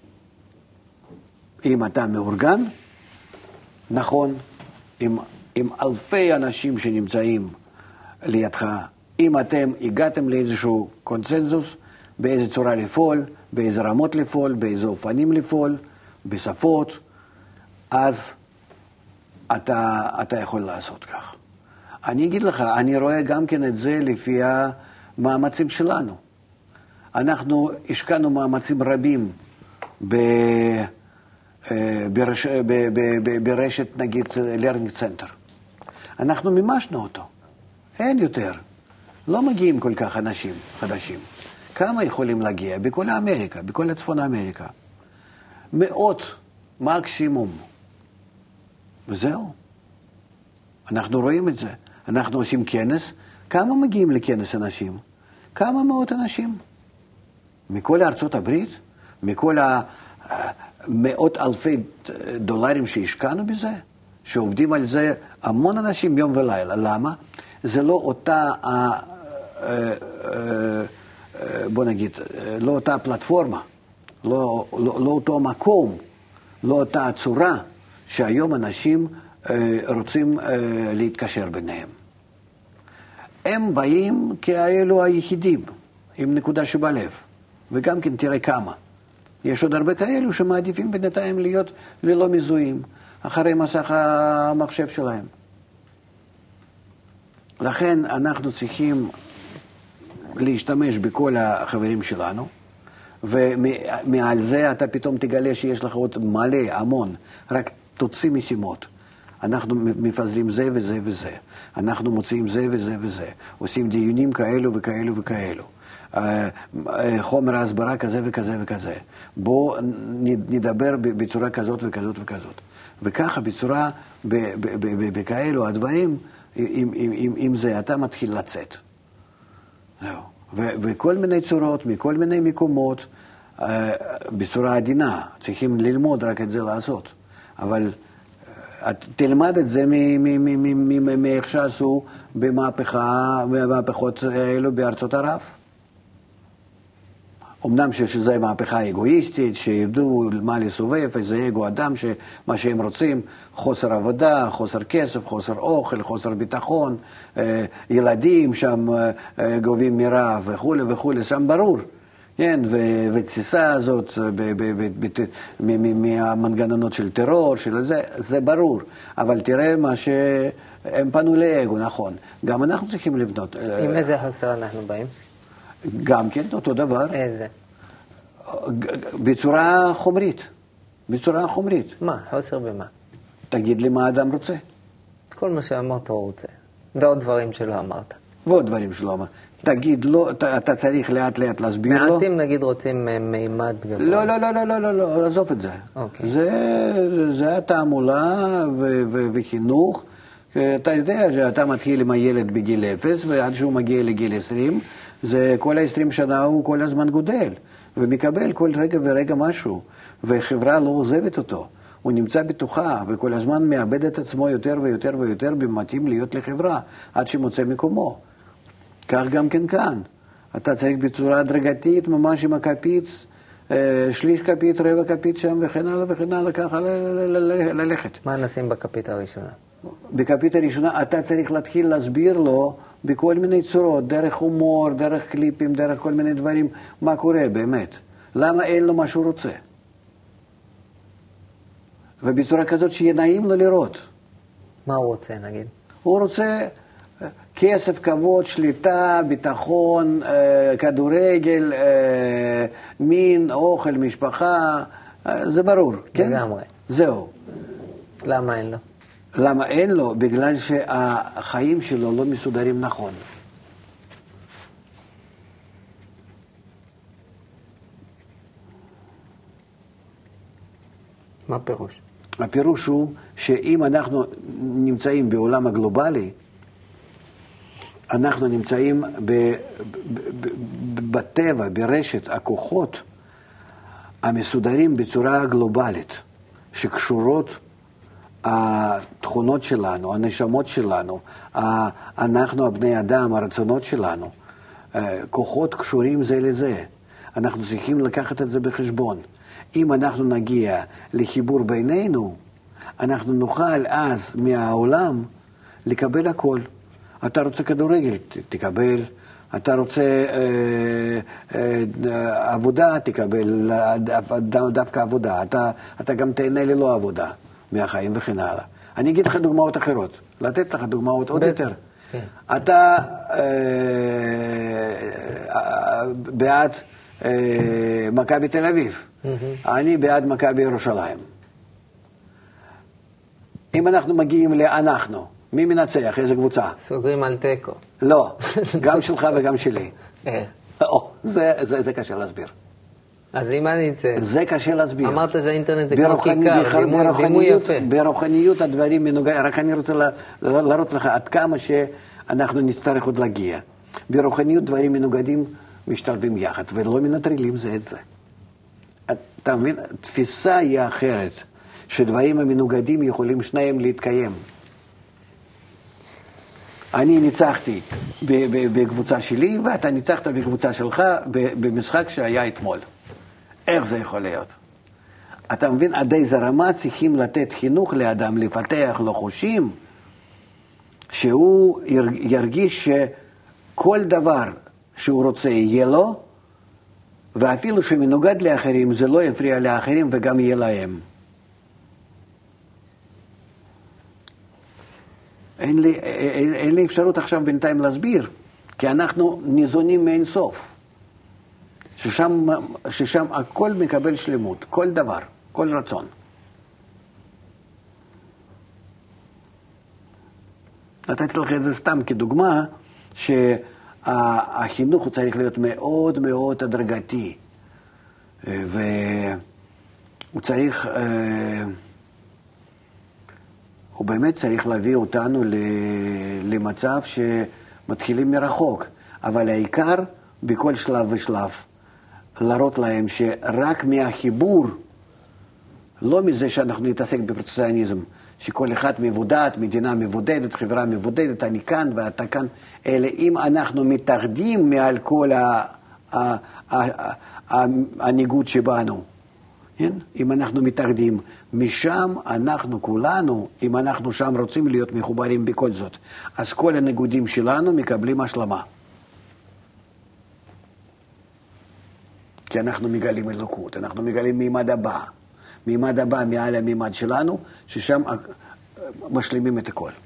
אם אתה מאורגן, נכון, עם, עם אלפי אנשים שנמצאים לידך, אם אתם הגעתם לאיזשהו קונצנזוס, באיזה צורה לפעול, באיזה רמות לפעול, באיזה אופנים לפעול, בשפות, אז אתה, אתה יכול לעשות כך. אני אגיד לך, אני רואה גם כן את זה לפי המאמצים שלנו. אנחנו השקענו מאמצים רבים ב, ברש, ב, ב, ב, ברשת, נגיד, Learning Center. אנחנו מימשנו אותו. אין יותר. לא מגיעים כל כך אנשים חדשים. כמה יכולים להגיע? בכל אמריקה, בכל צפון אמריקה. מאות מקסימום. וזהו. אנחנו רואים את זה. אנחנו עושים כנס. כמה מגיעים לכנס אנשים? כמה מאות אנשים? מכל ארצות הברית? מכל המאות אלפי דולרים שהשקענו בזה? שעובדים על זה המון אנשים יום ולילה. למה? זה לא אותה, בוא נגיד, לא אותה פלטפורמה, לא, לא, לא אותו מקום, לא אותה צורה שהיום אנשים רוצים להתקשר ביניהם. הם באים כאלו היחידים, עם נקודה שבלב, וגם כן תראה כמה. יש עוד הרבה כאלו שמעדיפים בינתיים להיות ללא מזוהים, אחרי מסך המחשב שלהם. לכן אנחנו צריכים להשתמש בכל החברים שלנו, ומעל זה אתה פתאום תגלה שיש לך עוד מלא, המון, רק תוציא משימות. אנחנו מפזרים זה וזה וזה, אנחנו מוצאים זה וזה וזה, עושים דיונים כאלו וכאלו וכאלו. חומר ההסברה כזה וכזה וכזה. בואו נדבר בצורה כזאת וכזאת וכזאת. וככה בצורה, בכאלו הדברים, עם זה אתה מתחיל לצאת. וכל מיני צורות, מכל מיני מקומות, בצורה עדינה, צריכים ללמוד רק את זה לעשות. אבל תלמד את זה מאיך שעשו במהפכות האלו בארצות ערב. אמנם שזו מהפכה אגואיסטית, שידעו מה לסובב, איזה אגו אדם, שמה שהם רוצים, חוסר עבודה, חוסר כסף, חוסר אוכל, חוסר ביטחון, ילדים שם גובים מרעב וכו' וכו', שם ברור. כן, ותסיסה הזאת מהמנגנונות של טרור, של זה, זה ברור. אבל תראה מה שהם פנו לאגו, נכון. גם אנחנו צריכים לבנות. עם איזה חוסר אנחנו באים? גם כן, אותו דבר. איזה? בצורה חומרית. בצורה חומרית. מה? חוסר במה? תגיד לי מה האדם רוצה. כל מה שאמרת הוא רוצה. ועוד דברים שלא אמרת. ועוד דברים שלא אמרת. תגיד לו, אתה צריך לאט לאט להסביר לו. מעטים נגיד רוצים מימד גבוה. לא, לא, לא, לא, לא, לא, לא, עזוב את זה. אוקיי. זה, זה התעמולה ו- ו- וחינוך. אתה יודע שאתה מתחיל עם הילד בגיל אפס, ועד שהוא מגיע לגיל עשרים, זה כל ה-עשרים שנה הוא כל הזמן גודל, ומקבל כל רגע ורגע משהו, וחברה לא עוזבת אותו. הוא נמצא בתוכה, וכל הזמן מאבד את עצמו יותר ויותר ויותר במתאים להיות לחברה, עד שמוצא מקומו. כך גם כן כאן. אתה צריך בצורה הדרגתית, ממש עם הכפית, שליש כפית, רבע כפית שם, וכן הלאה וכן הלאה, ככה ללכת. מה נשים בכפית הראשונה? בכפית הראשונה אתה צריך להתחיל להסביר לו בכל מיני צורות, דרך הומור, דרך קליפים, דרך כל מיני דברים, מה קורה באמת. למה אין לו מה שהוא רוצה. ובצורה כזאת שיהיה נעים לו לראות. מה הוא רוצה, נגיד? הוא רוצה כסף, כבוד, שליטה, ביטחון, כדורגל, מין, אוכל, משפחה, זה ברור, כן? לגמרי. זהו. למה אין לו? למה אין לו? בגלל שהחיים שלו לא מסודרים נכון. מה הפירוש? הפירוש הוא שאם אנחנו נמצאים בעולם הגלובלי, אנחנו נמצאים ב, ב, ב, בטבע, ברשת הכוחות המסודרים בצורה גלובלית, שקשורות התכונות שלנו, הנשמות שלנו, אנחנו הבני אדם, הרצונות שלנו, כוחות קשורים זה לזה. אנחנו צריכים לקחת את זה בחשבון. אם אנחנו נגיע לחיבור בינינו, אנחנו נוכל אז מהעולם לקבל הכל. אתה רוצה כדורגל, תקבל. אתה רוצה אה, אה, עבודה, תקבל דווקא עבודה. אתה, אתה גם תהנה ללא עבודה מהחיים וכן הלאה. אני אגיד לך דוגמאות אחרות, לתת לך דוגמאות עוד יותר. אתה אה, אה, בעד אה, מכבי תל אביב, אני בעד מכבי ירושלים. אם אנחנו מגיעים לאנחנו, מי מנצח? איזה קבוצה? סוגרים על תיקו. לא, גם שלך וגם שלי. אה. או, זה, זה, זה קשה להסביר. אז אם אני אצא? זה קשה להסביר. אמרת שהאינטרנט זה כמו כיכר, דימוי יפה. ברוחניות הדברים מנוגעים, רק אני רוצה להראות לך עד כמה שאנחנו נצטרך עוד להגיע. ברוחניות דברים מנוגדים משתלבים יחד, ולא מנטרלים זה את זה. אתה מבין? תפיסה היא אחרת, שדברים המנוגדים יכולים שניהם להתקיים. אני ניצחתי בקבוצה שלי, ואתה ניצחת בקבוצה שלך במשחק שהיה אתמול. איך זה יכול להיות? אתה מבין, עד איזה רמה צריכים לתת חינוך לאדם, לפתח לו חושים, שהוא ירגיש שכל דבר שהוא רוצה יהיה לו, ואפילו שמנוגד לאחרים, זה לא יפריע לאחרים וגם יהיה להם. אין לי, אין, אין לי אפשרות עכשיו בינתיים להסביר, כי אנחנו ניזונים מאין סוף. ששם, ששם הכל מקבל שלמות, כל דבר, כל רצון. נתתי לך את זה סתם כדוגמה, שהחינוך הוא צריך להיות מאוד מאוד הדרגתי, והוא צריך, הוא באמת צריך להביא אותנו למצב שמתחילים מרחוק, אבל העיקר בכל שלב ושלב, להראות להם שרק מהחיבור, לא מזה שאנחנו נתעסק בפרוטקציוניזם, שכל אחד מבודד, מדינה מבודדת, חברה מבודדת, אני כאן ואתה כאן, אלא אם אנחנו מתאחדים מעל כל הניגוד שבנו, אם אנחנו מתאחדים, משם אנחנו כולנו, אם אנחנו שם רוצים להיות מחוברים בכל זאת, אז כל הניגודים שלנו מקבלים השלמה. כי אנחנו מגלים אלוקות, אנחנו מגלים מימד הבא. מימד הבא מעל המימד שלנו, ששם משלימים את הכל.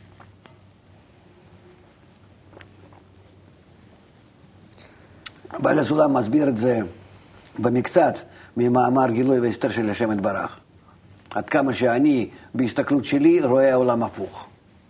בעל הסולם מסביר את זה במקצת ממאמר גילוי והסתר של השם יתברך. עד כמה שאני, בהסתכלות שלי, רואה העולם הפוך.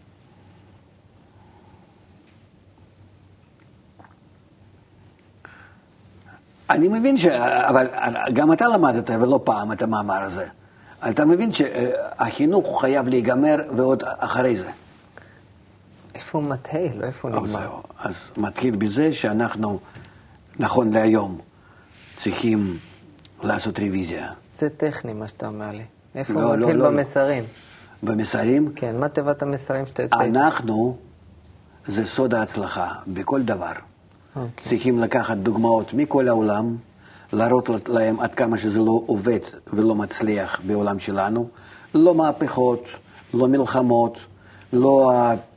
אני מבין ש... אבל גם אתה למדת ולא פעם את המאמר הזה. אתה מבין שהחינוך הוא חייב להיגמר ועוד אחרי זה. איפה הוא מתחיל? איפה הוא נגמר? אז מתחיל בזה שאנחנו, נכון להיום, צריכים לעשות רוויזיה. זה טכני מה שאתה אומר לי. איפה הוא מתחיל במסרים? במסרים? כן, מה תיבת המסרים שאתה יוצא? אנחנו, זה סוד ההצלחה בכל דבר. Okay. צריכים לקחת דוגמאות מכל העולם, להראות להם עד כמה שזה לא עובד ולא מצליח בעולם שלנו, לא מהפכות, לא מלחמות, לא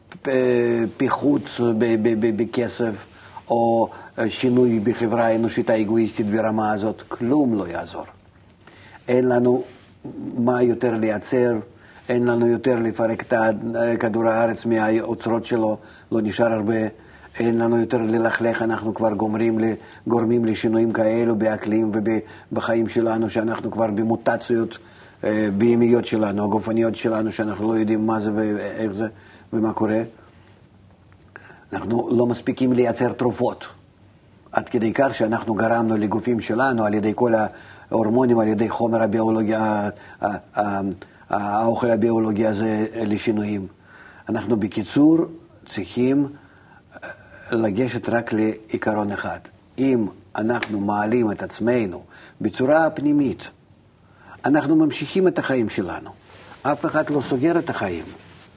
פיחות בכסף, או שינוי בחברה האנושית האגואיסטית ברמה הזאת, כלום לא יעזור. אין לנו מה יותר לייצר, אין לנו יותר לפרק את כדור הארץ מהאוצרות שלו, לא נשאר הרבה. אין לנו יותר ללכלך, אנחנו כבר גומרים, גורמים לשינויים כאלו באקלים ובחיים שלנו, שאנחנו כבר במוטציות בימיות שלנו, הגופניות שלנו, שאנחנו לא יודעים מה זה ואיך זה ומה קורה. אנחנו לא מספיקים לייצר תרופות, עד כדי כך שאנחנו גרמנו לגופים שלנו, על ידי כל ההורמונים, על ידי חומר הביולוגיה, האוכל הביולוגי הזה לשינויים. אנחנו בקיצור צריכים לגשת רק לעיקרון אחד. אם אנחנו מעלים את עצמנו בצורה פנימית, אנחנו ממשיכים את החיים שלנו. אף אחד לא סוגר את החיים.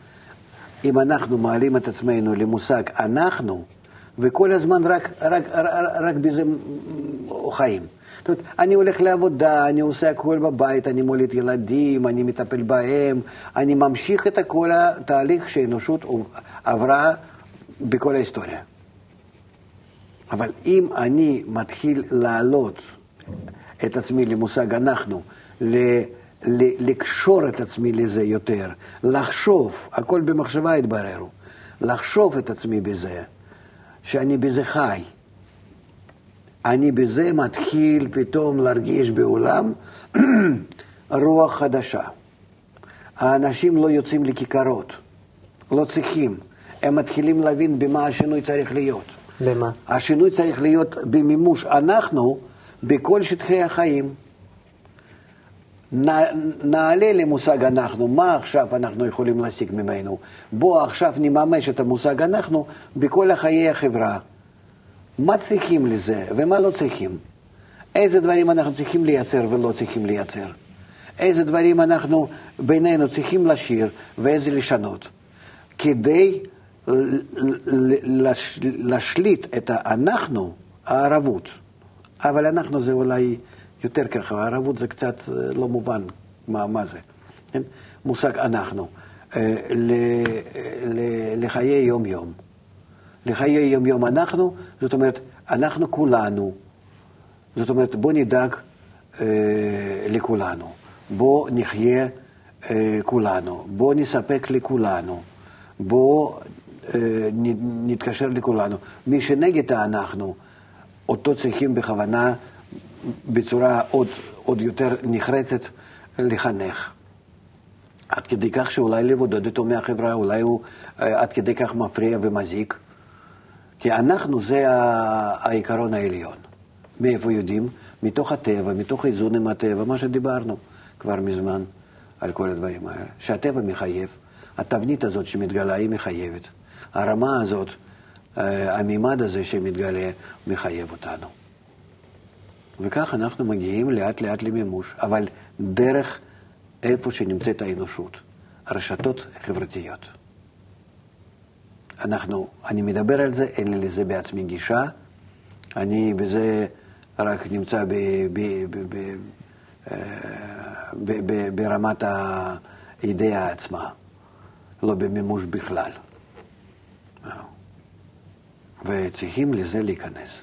אם אנחנו מעלים את עצמנו למושג אנחנו, וכל הזמן רק, רק, רק, רק בזה חיים. זאת אומרת, אני הולך לעבודה, אני עושה הכל בבית, אני מוליד ילדים, אני מטפל בהם, אני ממשיך את כל התהליך שהאנושות עברה בכל ההיסטוריה. אבל אם אני מתחיל לעלות את עצמי למושג אנחנו, ל- ל- לקשור את עצמי לזה יותר, לחשוב, הכל במחשבה התבררו, לחשוב את עצמי בזה, שאני בזה חי. אני בזה מתחיל פתאום להרגיש בעולם רוח חדשה. האנשים לא יוצאים לכיכרות, לא צריכים. הם מתחילים להבין במה השינוי צריך להיות. במה? השינוי צריך להיות במימוש אנחנו בכל שטחי החיים. נעלה למושג אנחנו, מה עכשיו אנחנו יכולים להסיק ממנו? בוא עכשיו נממש את המושג אנחנו בכל חיי החברה. מה צריכים לזה ומה לא צריכים? איזה דברים אנחנו צריכים לייצר ולא צריכים לייצר? איזה דברים אנחנו בינינו צריכים לשיר ואיזה לשנות? כדי להשליט את האנחנו, הערבות. אבל אנחנו זה אולי יותר ככה, הערבות זה קצת לא מובן מה, מה זה. כן? מושג אנחנו. לחיי יום-יום. לחיי יום-יום אנחנו, זאת אומרת, אנחנו כולנו. זאת אומרת, בוא נדאג אה, לכולנו. בוא נחיה אה, כולנו. בוא נספק לכולנו. בוא אה, נתקשר לכולנו. מי שנגד אנחנו, אותו צריכים בכוונה בצורה עוד, עוד יותר נחרצת לחנך. עד כדי כך שאולי לבודד אותו מהחברה, אולי הוא אה, עד כדי כך מפריע ומזיק. כי אנחנו זה העיקרון העליון. מאיפה יודעים? מתוך הטבע, מתוך איזון עם הטבע, מה שדיברנו כבר מזמן על כל הדברים האלה. שהטבע מחייב, התבנית הזאת שמתגלה היא מחייבת. הרמה הזאת, המימד הזה שמתגלה, מחייב אותנו. וכך אנחנו מגיעים לאט לאט למימוש, אבל דרך איפה שנמצאת האנושות, הרשתות חברתיות. אנחנו, אני מדבר על זה, אין לי לזה בעצמי גישה, אני בזה רק נמצא ב, ב, ב, ב, ב, ב, ברמת האידאה עצמה, לא במימוש בכלל. וצריכים לזה להיכנס.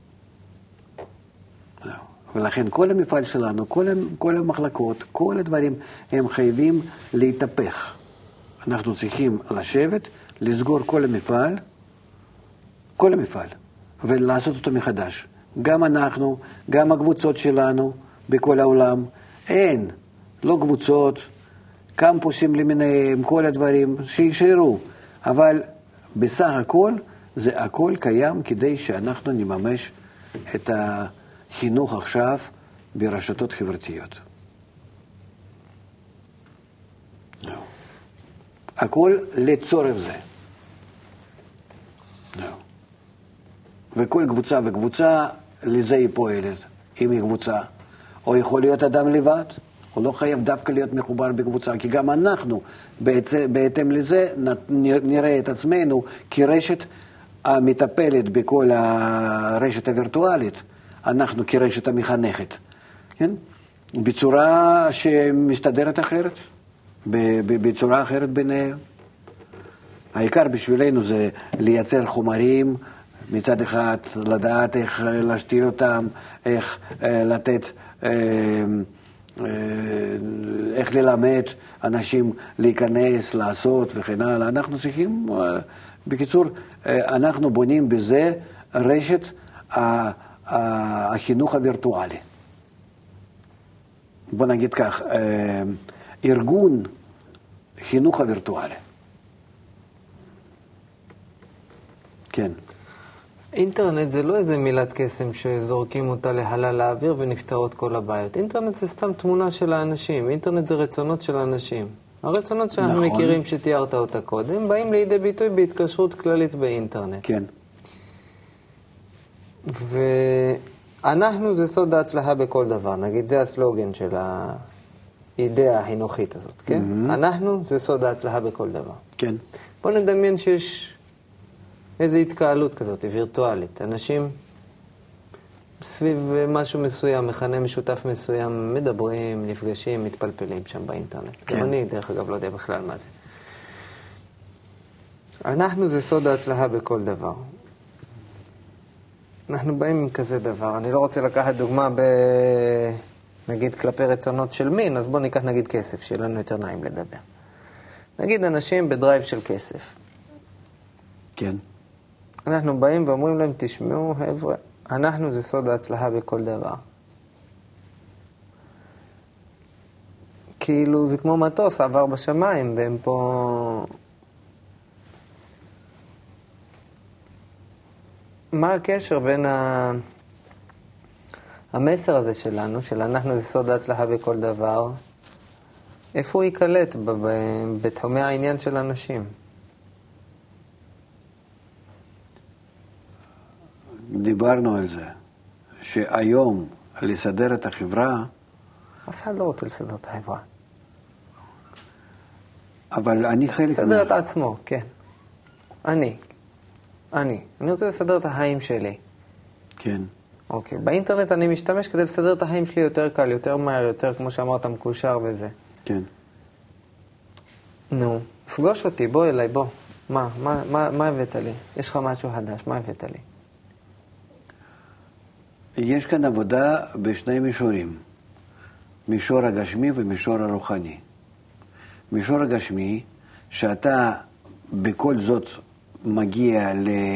ולכן כל המפעל שלנו, כל, כל המחלקות, כל הדברים, הם חייבים להתהפך. אנחנו צריכים לשבת, לסגור כל המפעל, כל המפעל, ולעשות אותו מחדש. גם אנחנו, גם הקבוצות שלנו בכל העולם, אין, לא קבוצות, קמפוסים למיניהם, כל הדברים, שישארו. אבל בסך הכל, זה הכל קיים כדי שאנחנו נממש את החינוך עכשיו ברשתות חברתיות. הכל לצורך זה. וכל קבוצה וקבוצה לזה היא פועלת, אם היא קבוצה. או יכול להיות אדם לבד, הוא לא חייב דווקא להיות מחובר בקבוצה, כי גם אנחנו בהתאם לזה נראה את עצמנו כרשת המטפלת בכל הרשת הווירטואלית, אנחנו כרשת המחנכת, כן? בצורה שמסתדרת אחרת, בצורה אחרת ביניהם. העיקר בשבילנו זה לייצר חומרים, מצד אחד לדעת איך להשתיל אותם, איך לתת, איך ללמד אנשים להיכנס, לעשות וכן הלאה. אנחנו צריכים, בקיצור, אנחנו בונים בזה רשת החינוך הווירטואלי. בוא נגיד כך, ארגון חינוך הווירטואלי. כן. אינטרנט זה לא איזה מילת קסם שזורקים אותה להלל האוויר ונפתרות כל הבעיות. אינטרנט זה סתם תמונה של האנשים. אינטרנט זה רצונות של האנשים. הרצונות שאנחנו נכון. מכירים שתיארת אותה קודם, באים לידי ביטוי בהתקשרות כללית באינטרנט. כן. ואנחנו זה סוד ההצלחה בכל דבר. נגיד, זה הסלוגן של האידאה החינוכית הזאת, כן? Mm-hmm. אנחנו זה סוד ההצלחה בכל דבר. כן. בוא נדמיין שיש איזו התקהלות כזאת, וירטואלית. אנשים סביב משהו מסוים, מכנה משותף מסוים, מדברים, נפגשים, מתפלפלים שם באינטרנט. כן. גם אני, דרך אגב, לא יודע בכלל מה זה. אנחנו זה סוד ההצלחה בכל דבר. אנחנו באים עם כזה דבר. אני לא רוצה לקחת דוגמה ב... נגיד כלפי רצונות של מין, אז בואו ניקח נגיד כסף, שיהיה לנו יותר נעים לדבר. נגיד אנשים בדרייב של כסף. כן. אנחנו באים ואומרים להם, תשמעו, חבר'ה, אנחנו זה סוד ההצלחה בכל דבר. כאילו זה כמו מטוס, עבר בשמיים, והם פה... מה הקשר בין ה... המסר הזה שלנו, של אנחנו זה סוד ההצלחה בכל דבר, איפה הוא יקלט ב- ב- בתחומי העניין של אנשים? דיברנו על זה, שהיום לסדר את החברה, אף אחד לא רוצה לסדר את החברה. אבל אני חלק... לסדר את עצמו, כן. אני. אני. אני רוצה לסדר את החיים שלי. כן. אוקיי. באינטרנט אני משתמש כדי לסדר את החיים שלי יותר קל, יותר מהר, יותר, כמו שאמרת, מקושר וזה. כן. נו, פגוש אותי, בוא אליי, בוא. מה, מה, מה, מה הבאת לי? יש לך משהו חדש, מה הבאת לי? יש כאן עבודה בשני מישורים, מישור הגשמי ומישור הרוחני. מישור הגשמי, שאתה בכל זאת מגיע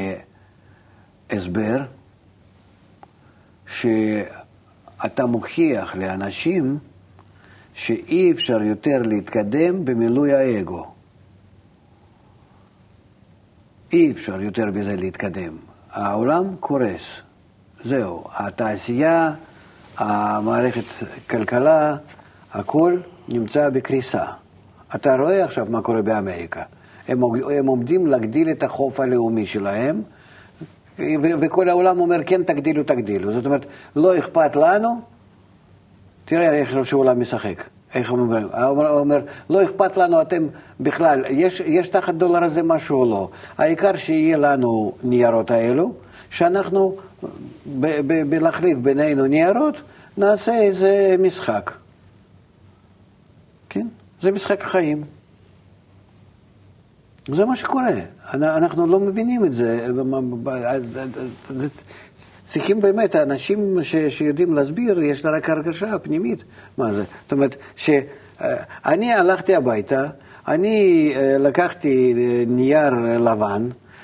להסבר, שאתה מוכיח לאנשים שאי אפשר יותר להתקדם במילוי האגו. אי אפשר יותר בזה להתקדם. העולם קורס. זהו, התעשייה, המערכת כלכלה, הכל נמצא בקריסה. אתה רואה עכשיו מה קורה באמריקה. הם, הם עומדים להגדיל את החוף הלאומי שלהם, ו- וכל העולם אומר, כן, תגדילו, תגדילו. זאת אומרת, לא אכפת לנו, תראה איך שהעולם משחק. איך הוא אומר, הוא אומר, לא אכפת לנו, אתם בכלל, יש, יש תחת דולר הזה משהו או לא. העיקר שיהיה לנו ניירות האלו, שאנחנו ב- ב- בלהחליף בינינו ניירות, נעשה איזה משחק. כן? זה משחק החיים. זה מה שקורה. אנחנו לא מבינים את זה. צריכים באמת, האנשים ש- שיודעים להסביר, יש לה רק הרגשה פנימית. מה זה? זאת אומרת, שאני הלכתי הביתה, אני לקחתי נייר לבן,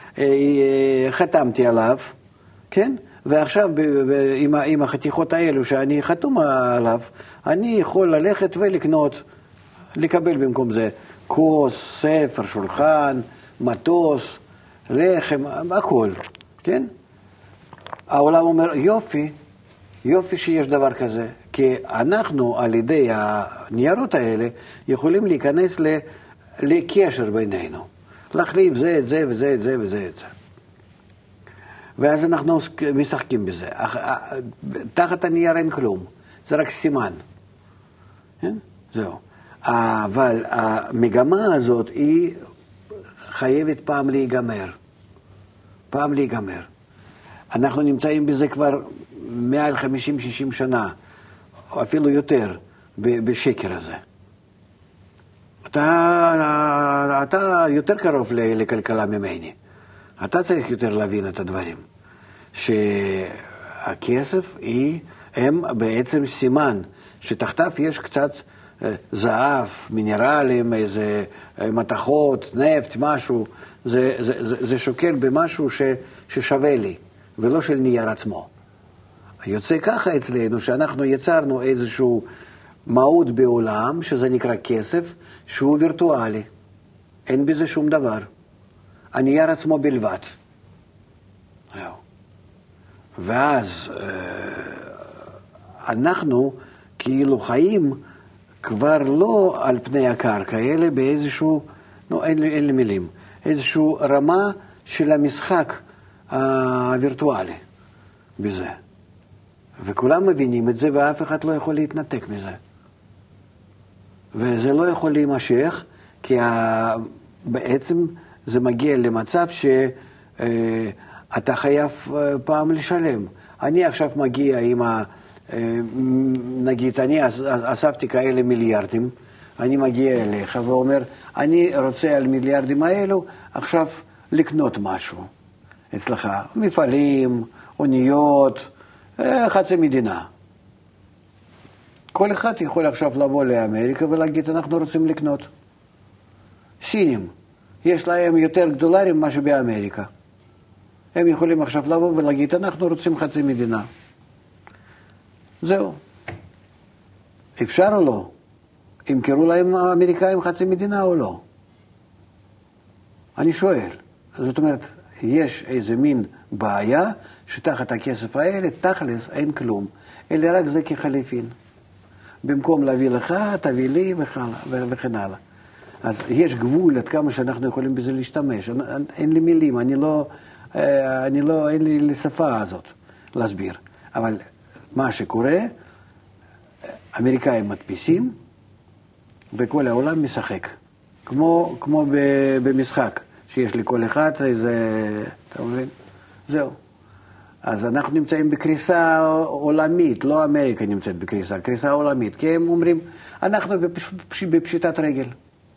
חתמתי עליו, כן? ועכשיו עם, עם החתיכות האלו שאני חתום עליו, אני יכול ללכת ולקנות, לקבל במקום זה כוס, ספר, שולחן, מטוס, לחם, הכל, כן? העולם אומר, יופי, יופי שיש דבר כזה, כי אנחנו על ידי הניירות האלה יכולים להיכנס ל, לקשר בינינו, להחליף זה את זה וזה את זה וזה את זה. ואז אנחנו משחקים בזה. תחת הנייר אין כלום, זה רק סימן. כן? זהו. אבל המגמה הזאת היא חייבת פעם להיגמר. פעם להיגמר. אנחנו נמצאים בזה כבר מעל חמישים שישים שנה, או אפילו יותר, בשקר הזה. אתה, אתה יותר קרוב לכלכלה ממני. אתה צריך יותר להבין את הדברים. שהכסף היא, הם בעצם סימן, שתחתיו יש קצת זהב, מינרלים, איזה מתכות, נפט, משהו. זה, זה, זה, זה שוקל במשהו ש, ששווה לי, ולא של נייר עצמו. יוצא ככה אצלנו, שאנחנו יצרנו איזשהו מהות בעולם, שזה נקרא כסף, שהוא וירטואלי. אין בזה שום דבר. הנייר עצמו בלבד. ואז אנחנו כאילו חיים כבר לא על פני הקרקע, אלא באיזשהו, לא, אין, אין לי מילים, איזשהו רמה של המשחק הווירטואלי בזה. וכולם מבינים את זה, ואף אחד לא יכול להתנתק מזה. וזה לא יכול להימשך, כי בעצם זה מגיע למצב שאתה חייב פעם לשלם. אני עכשיו מגיע עם ה... נגיד, אני אספתי כאלה מיליארדים, אני מגיע אליך ואומר, אני רוצה על מיליארדים האלו עכשיו לקנות משהו אצלך, מפעלים, אוניות, חצי מדינה. כל אחד יכול עכשיו לבוא לאמריקה ולהגיד, אנחנו רוצים לקנות. סינים, יש להם יותר דולרים ממה שבאמריקה. הם יכולים עכשיו לבוא ולהגיד, אנחנו רוצים חצי מדינה. זהו. אפשר או לא? ימכרו להם האמריקאים חצי מדינה או לא? אני שואל. זאת אומרת, יש איזה מין בעיה שתחת הכסף האלה, תכלס אין כלום, אלא רק זה כחליפין. במקום להביא לך, תביא לי וכן הלאה. אז יש גבול עד כמה שאנחנו יכולים בזה להשתמש. אין לי מילים, אני לא, אני לא, אין לי לשפה הזאת להסביר. אבל מה שקורה, אמריקאים מדפיסים, וכל העולם משחק. כמו, כמו במשחק, שיש לי כל אחד איזה, אתה מבין? זהו. אז אנחנו נמצאים בקריסה עולמית, לא אמריקה נמצאת בקריסה, קריסה עולמית. כי הם אומרים, אנחנו בפשיטת רגל.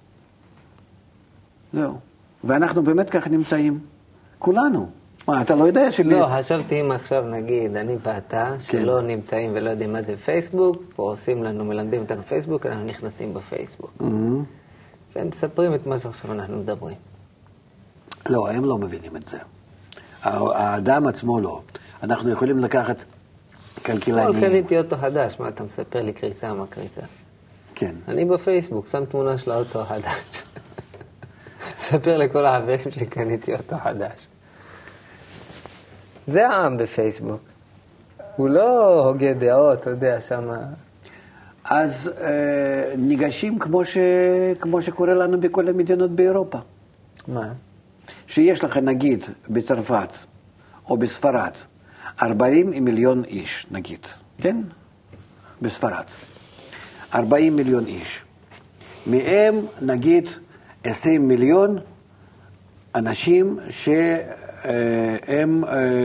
זהו. ואנחנו באמת כך נמצאים. כולנו. מה, אתה לא יודע שלי... לא, חשבתי אם עכשיו נגיד, אני ואתה, שלא נמצאים ולא יודעים מה זה פייסבוק, פה עושים לנו, מלמדים אותנו פייסבוק, אנחנו נכנסים בפייסבוק. והם מספרים את מה שעכשיו אנחנו מדברים. לא, הם לא מבינים את זה. האדם עצמו לא. אנחנו יכולים לקחת כלכלנים... לא, קניתי אוטו חדש, מה אתה מספר לי קריסה, מה קריסה? כן. אני בפייסבוק, שם תמונה של האוטו החדש. מספר לכל החברים שקניתי אוטו חדש. זה העם בפייסבוק. הוא לא הוגה דעות, אתה יודע, שמה... אז אה, ניגשים כמו, ש... כמו שקורה לנו בכל המדינות באירופה. מה? שיש לך נגיד בצרפת או בספרד ארבעים מיליון איש, נגיד, כן? בספרד. ארבעים מיליון איש. מהם נגיד עשרים מיליון אנשים שהם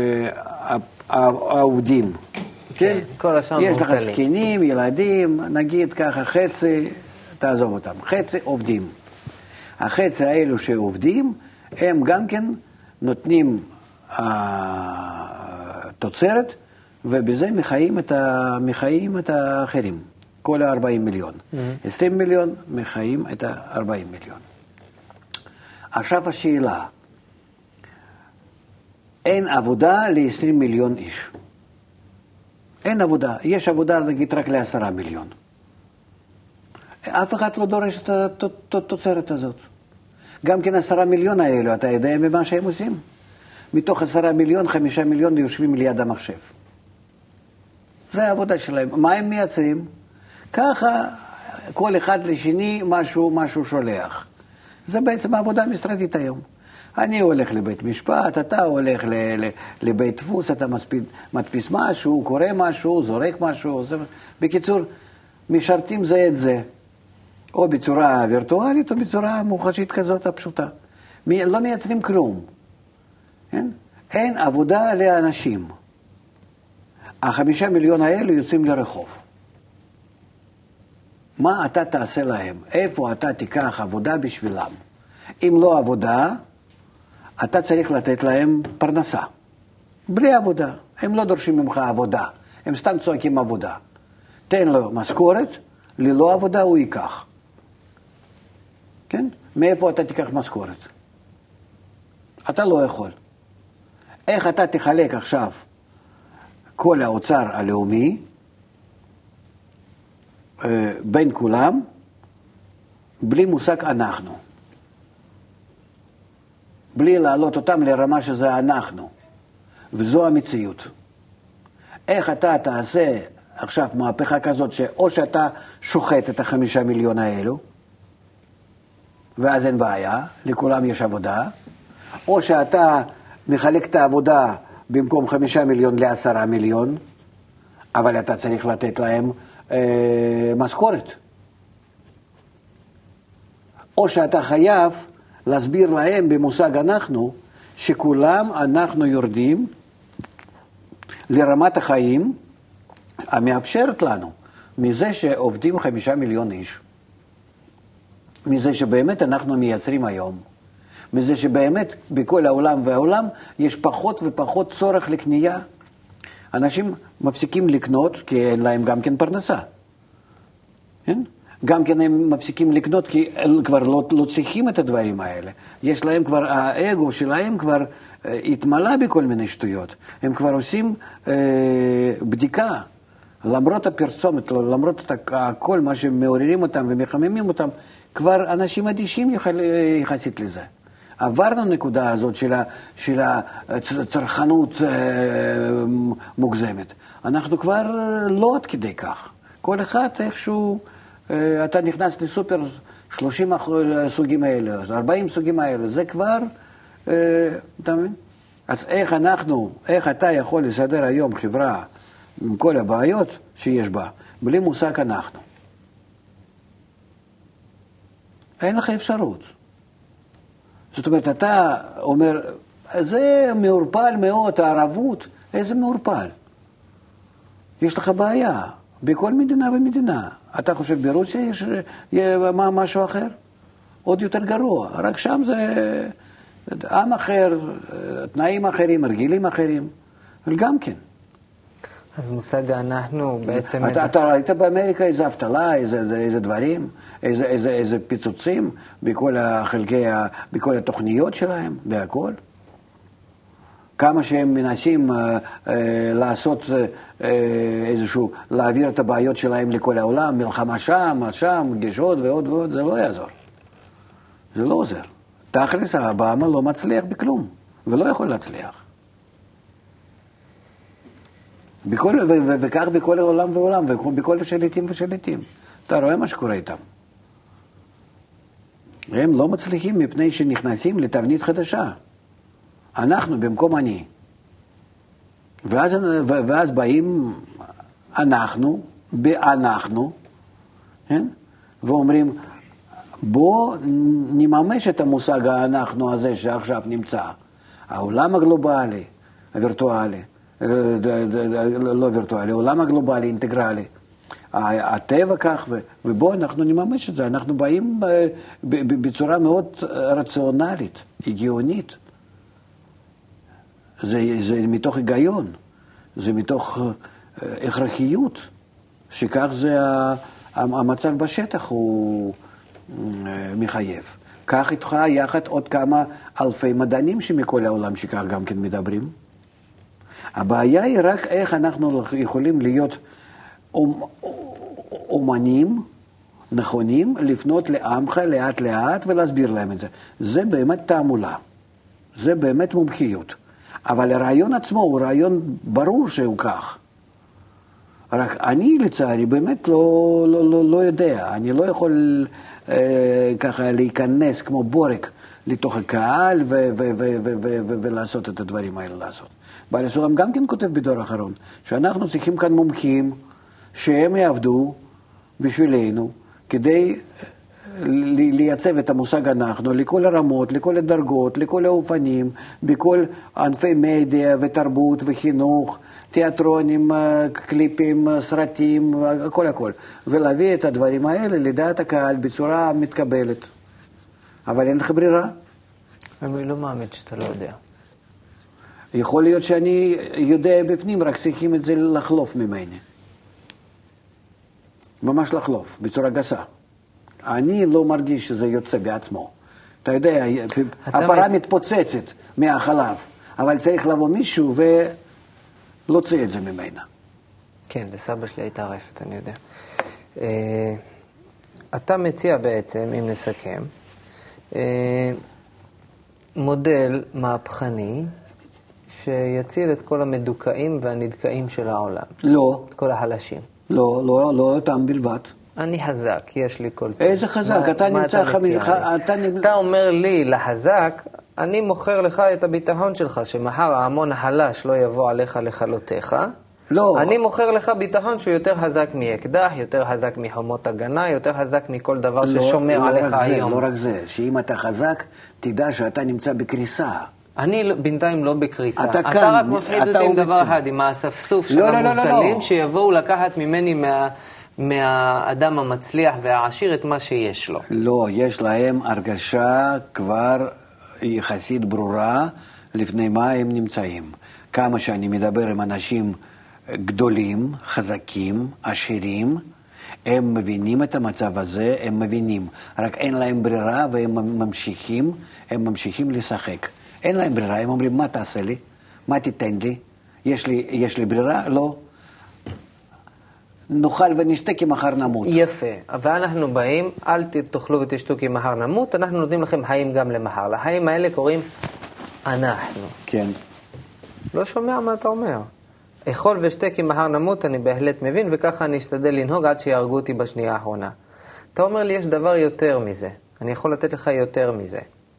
העובדים. כן? כל השאר יש לך מובטלים. זקנים, ילדים, נגיד ככה חצי, תעזוב אותם, חצי עובדים. החצי האלו שעובדים, הם גם כן נותנים תוצרת, ובזה מחיים את, ה, מחיים את האחרים, כל ה-ארבעים מיליון. Mm-hmm. עשרים מיליון מחיים את ה-ארבעים מיליון. עכשיו השאלה, אין עבודה ל-עשרים מיליון איש. אין עבודה. יש עבודה נגיד רק ל-עשרה מיליון. אף אחד לא דורש את התוצרת הזאת. גם כן עשרה מיליון האלו, אתה יודע ממה שהם עושים? מתוך עשרה מיליון, חמישה מיליון יושבים ליד המחשב. זה העבודה שלהם. מה הם מייצרים? ככה כל אחד לשני משהו, משהו שולח. זה בעצם העבודה המשרדית היום. אני הולך לבית משפט, אתה הולך ל- ל- לבית דפוס, אתה מספיד, מדפיס משהו, קורא משהו, זורק משהו. זה... בקיצור, משרתים זה את זה. או בצורה וירטואלית או בצורה מוחשית כזאת הפשוטה. מי, לא מייצרים כלום. אין? אין עבודה לאנשים. החמישה מיליון האלו יוצאים לרחוב. מה אתה תעשה להם? איפה אתה תיקח עבודה בשבילם? אם לא עבודה, אתה צריך לתת להם פרנסה. בלי עבודה. הם לא דורשים ממך עבודה. הם סתם צועקים עבודה. תן לו משכורת, ללא עבודה הוא ייקח. כן? מאיפה אתה תיקח משכורת? אתה לא יכול. איך אתה תחלק עכשיו כל האוצר הלאומי בין כולם בלי מושג אנחנו? בלי להעלות אותם לרמה שזה אנחנו. וזו המציאות. איך אתה תעשה עכשיו מהפכה כזאת שאו שאתה שוחט את החמישה מיליון האלו, ואז אין בעיה, לכולם יש עבודה, או שאתה מחלק את העבודה במקום חמישה מיליון לעשרה מיליון, אבל אתה צריך לתת להם אה, משכורת. או שאתה חייב להסביר להם במושג אנחנו, שכולם אנחנו יורדים לרמת החיים המאפשרת לנו, מזה שעובדים חמישה מיליון איש. מזה שבאמת אנחנו מייצרים היום, מזה שבאמת בכל העולם והעולם יש פחות ופחות צורך לקנייה. אנשים מפסיקים לקנות כי אין להם גם כן פרנסה. כן? גם כן הם מפסיקים לקנות כי כבר לא, לא צריכים את הדברים האלה. יש להם כבר, האגו שלהם כבר אה, התמלא בכל מיני שטויות. הם כבר עושים אה, בדיקה. למרות הפרסומת, למרות כל מה שמעוררים אותם ומחממים אותם, כבר אנשים אדישים יחסית לזה. עברנו נקודה הזאת של, ה, של הצרכנות אה, מוגזמת. אנחנו כבר לא עד כדי כך. כל אחד איכשהו, אה, אתה נכנס לסופר שלושים סוגים האלה, ארבעים סוגים האלה, זה כבר, אה, אתה מבין? אז איך אנחנו, איך אתה יכול לסדר היום חברה עם כל הבעיות שיש בה, בלי מושג אנחנו? אין לך אפשרות. זאת אומרת, אתה אומר, זה מעורפל מאוד, הערבות, איזה מעורפל? יש לך בעיה בכל מדינה ומדינה. אתה חושב ברוסיה יש משהו אחר? עוד יותר גרוע. רק שם זה עם אחר, תנאים אחרים, רגילים אחרים, אבל גם כן. אז מושג אנחנו בעצם... אתה, אתה ראית באמריקה איזה אבטלה, איזה, איזה דברים, איזה, איזה, איזה פיצוצים בכל החלקי, בכל התוכניות שלהם, בהכל. כמה שהם מנסים אה, אה, לעשות אה, איזשהו, להעביר את הבעיות שלהם לכל העולם, מלחמה שם, שם, גישות ועוד ועוד, זה לא יעזור. זה לא עוזר. תכלס, האובמה לא מצליח בכלום, ולא יכול להצליח. בכל, ו, ו, וכך בכל העולם ועולם, ובכל השליטים ושליטים. אתה רואה מה שקורה איתם. הם לא מצליחים מפני שנכנסים לתבנית חדשה. אנחנו במקום אני. ואז, ואז באים אנחנו, באנחנו, כן? ואומרים, בוא נממש את המושג האנחנו הזה שעכשיו נמצא. העולם הגלובלי, הווירטואלי, לא וירטואלי, העולם הגלובלי, אינטגרלי. הטבע כך, ובו אנחנו נממש את זה. אנחנו באים בצורה מאוד רציונלית, הגיונית. זה, זה מתוך היגיון, זה מתוך הכרחיות, שכך זה המצב בשטח הוא מחייב. כך איתך יחד עוד כמה אלפי מדענים שמכל העולם שכך גם כן מדברים. הבעיה היא רק איך אנחנו יכולים להיות אומנים נכונים, לפנות לעמך לאט לאט ולהסביר להם את זה. זה באמת תעמולה, זה באמת מומחיות. אבל הרעיון עצמו הוא רעיון ברור שהוא כך. רק אני לצערי באמת לא, לא, לא, לא יודע. אני לא יכול אה, ככה להיכנס כמו בורק לתוך הקהל ו- ו- ו- ו- ו- ו- ולעשות את הדברים האלה לעשות. בעל הסולם גם כן כותב בדור האחרון, שאנחנו צריכים כאן מומחים שהם יעבדו בשבילנו כדי לייצב את המושג אנחנו לכל הרמות, לכל הדרגות, לכל האופנים, בכל ענפי מדיה ותרבות וחינוך, תיאטרונים, קליפים, סרטים, הכל הכל. ולהביא את הדברים האלה לדעת הקהל בצורה מתקבלת. אבל אין לך ברירה. אני לא מאמין שאתה לא יודע. יכול להיות שאני יודע בפנים, רק צריכים את זה לחלוף ממני. ממש לחלוף, בצורה גסה. אני לא מרגיש שזה יוצא בעצמו. אתה יודע, הפרה מתפוצצת מהחלב, אבל צריך לבוא מישהו ולהוציא את זה ממנה. כן, לסבא שלי הייתה רפת, אני יודע. אתה מציע בעצם, אם נסכם, מודל מהפכני שיציל את כל המדוכאים והנדכאים של העולם. לא. את כל החלשים. לא, לא, לא אותם בלבד. אני חזק, יש לי כל... איזה חזק? מה, אתה מה נמצא אתה חמישה... מציע אתה, לי? אתה אומר לי, לחזק, אני מוכר לך את הביטחון שלך, שמחר ההמון החלש לא יבוא עליך לכלותיך. לא. אני מוכר לך ביטחון שהוא יותר חזק מאקדח, יותר חזק מחומות הגנה, יותר חזק מכל דבר לא, ששומר לא עליך רק היום. זה, לא רק זה, שאם אתה חזק, תדע שאתה נמצא בקריסה. אני בינתיים לא בקריסה. אתה אתה כאן, רק מפחיד אותי עם דבר אחד, עם האספסוף של לא, לא, לא, המובטלים, לא, לא. שיבואו לקחת ממני מה, מהאדם המצליח והעשיר את מה שיש לו. לא, יש להם הרגשה כבר יחסית ברורה לפני מה הם נמצאים. כמה שאני מדבר עם אנשים גדולים, חזקים, עשירים, הם מבינים את המצב הזה, הם מבינים. רק אין להם ברירה והם ממשיכים, הם ממשיכים לשחק. אין להם ברירה, הם אומרים, מה תעשה לי? מה תיתן לי? יש לי, יש לי ברירה? לא. נאכל ונשתה כי מחר נמות. יפה. ואנחנו באים, אל תאכלו ותשתו כי מחר נמות, אנחנו נותנים לכם חיים גם למחר. לחיים האלה קוראים אנחנו. כן. לא שומע מה אתה אומר. אכול ושתה כי מחר נמות, אני בהחלט מבין, וככה אני אשתדל לנהוג עד שיהרגו אותי בשנייה האחרונה. אתה אומר לי, יש דבר יותר מזה. אני יכול לתת לך יותר מזה.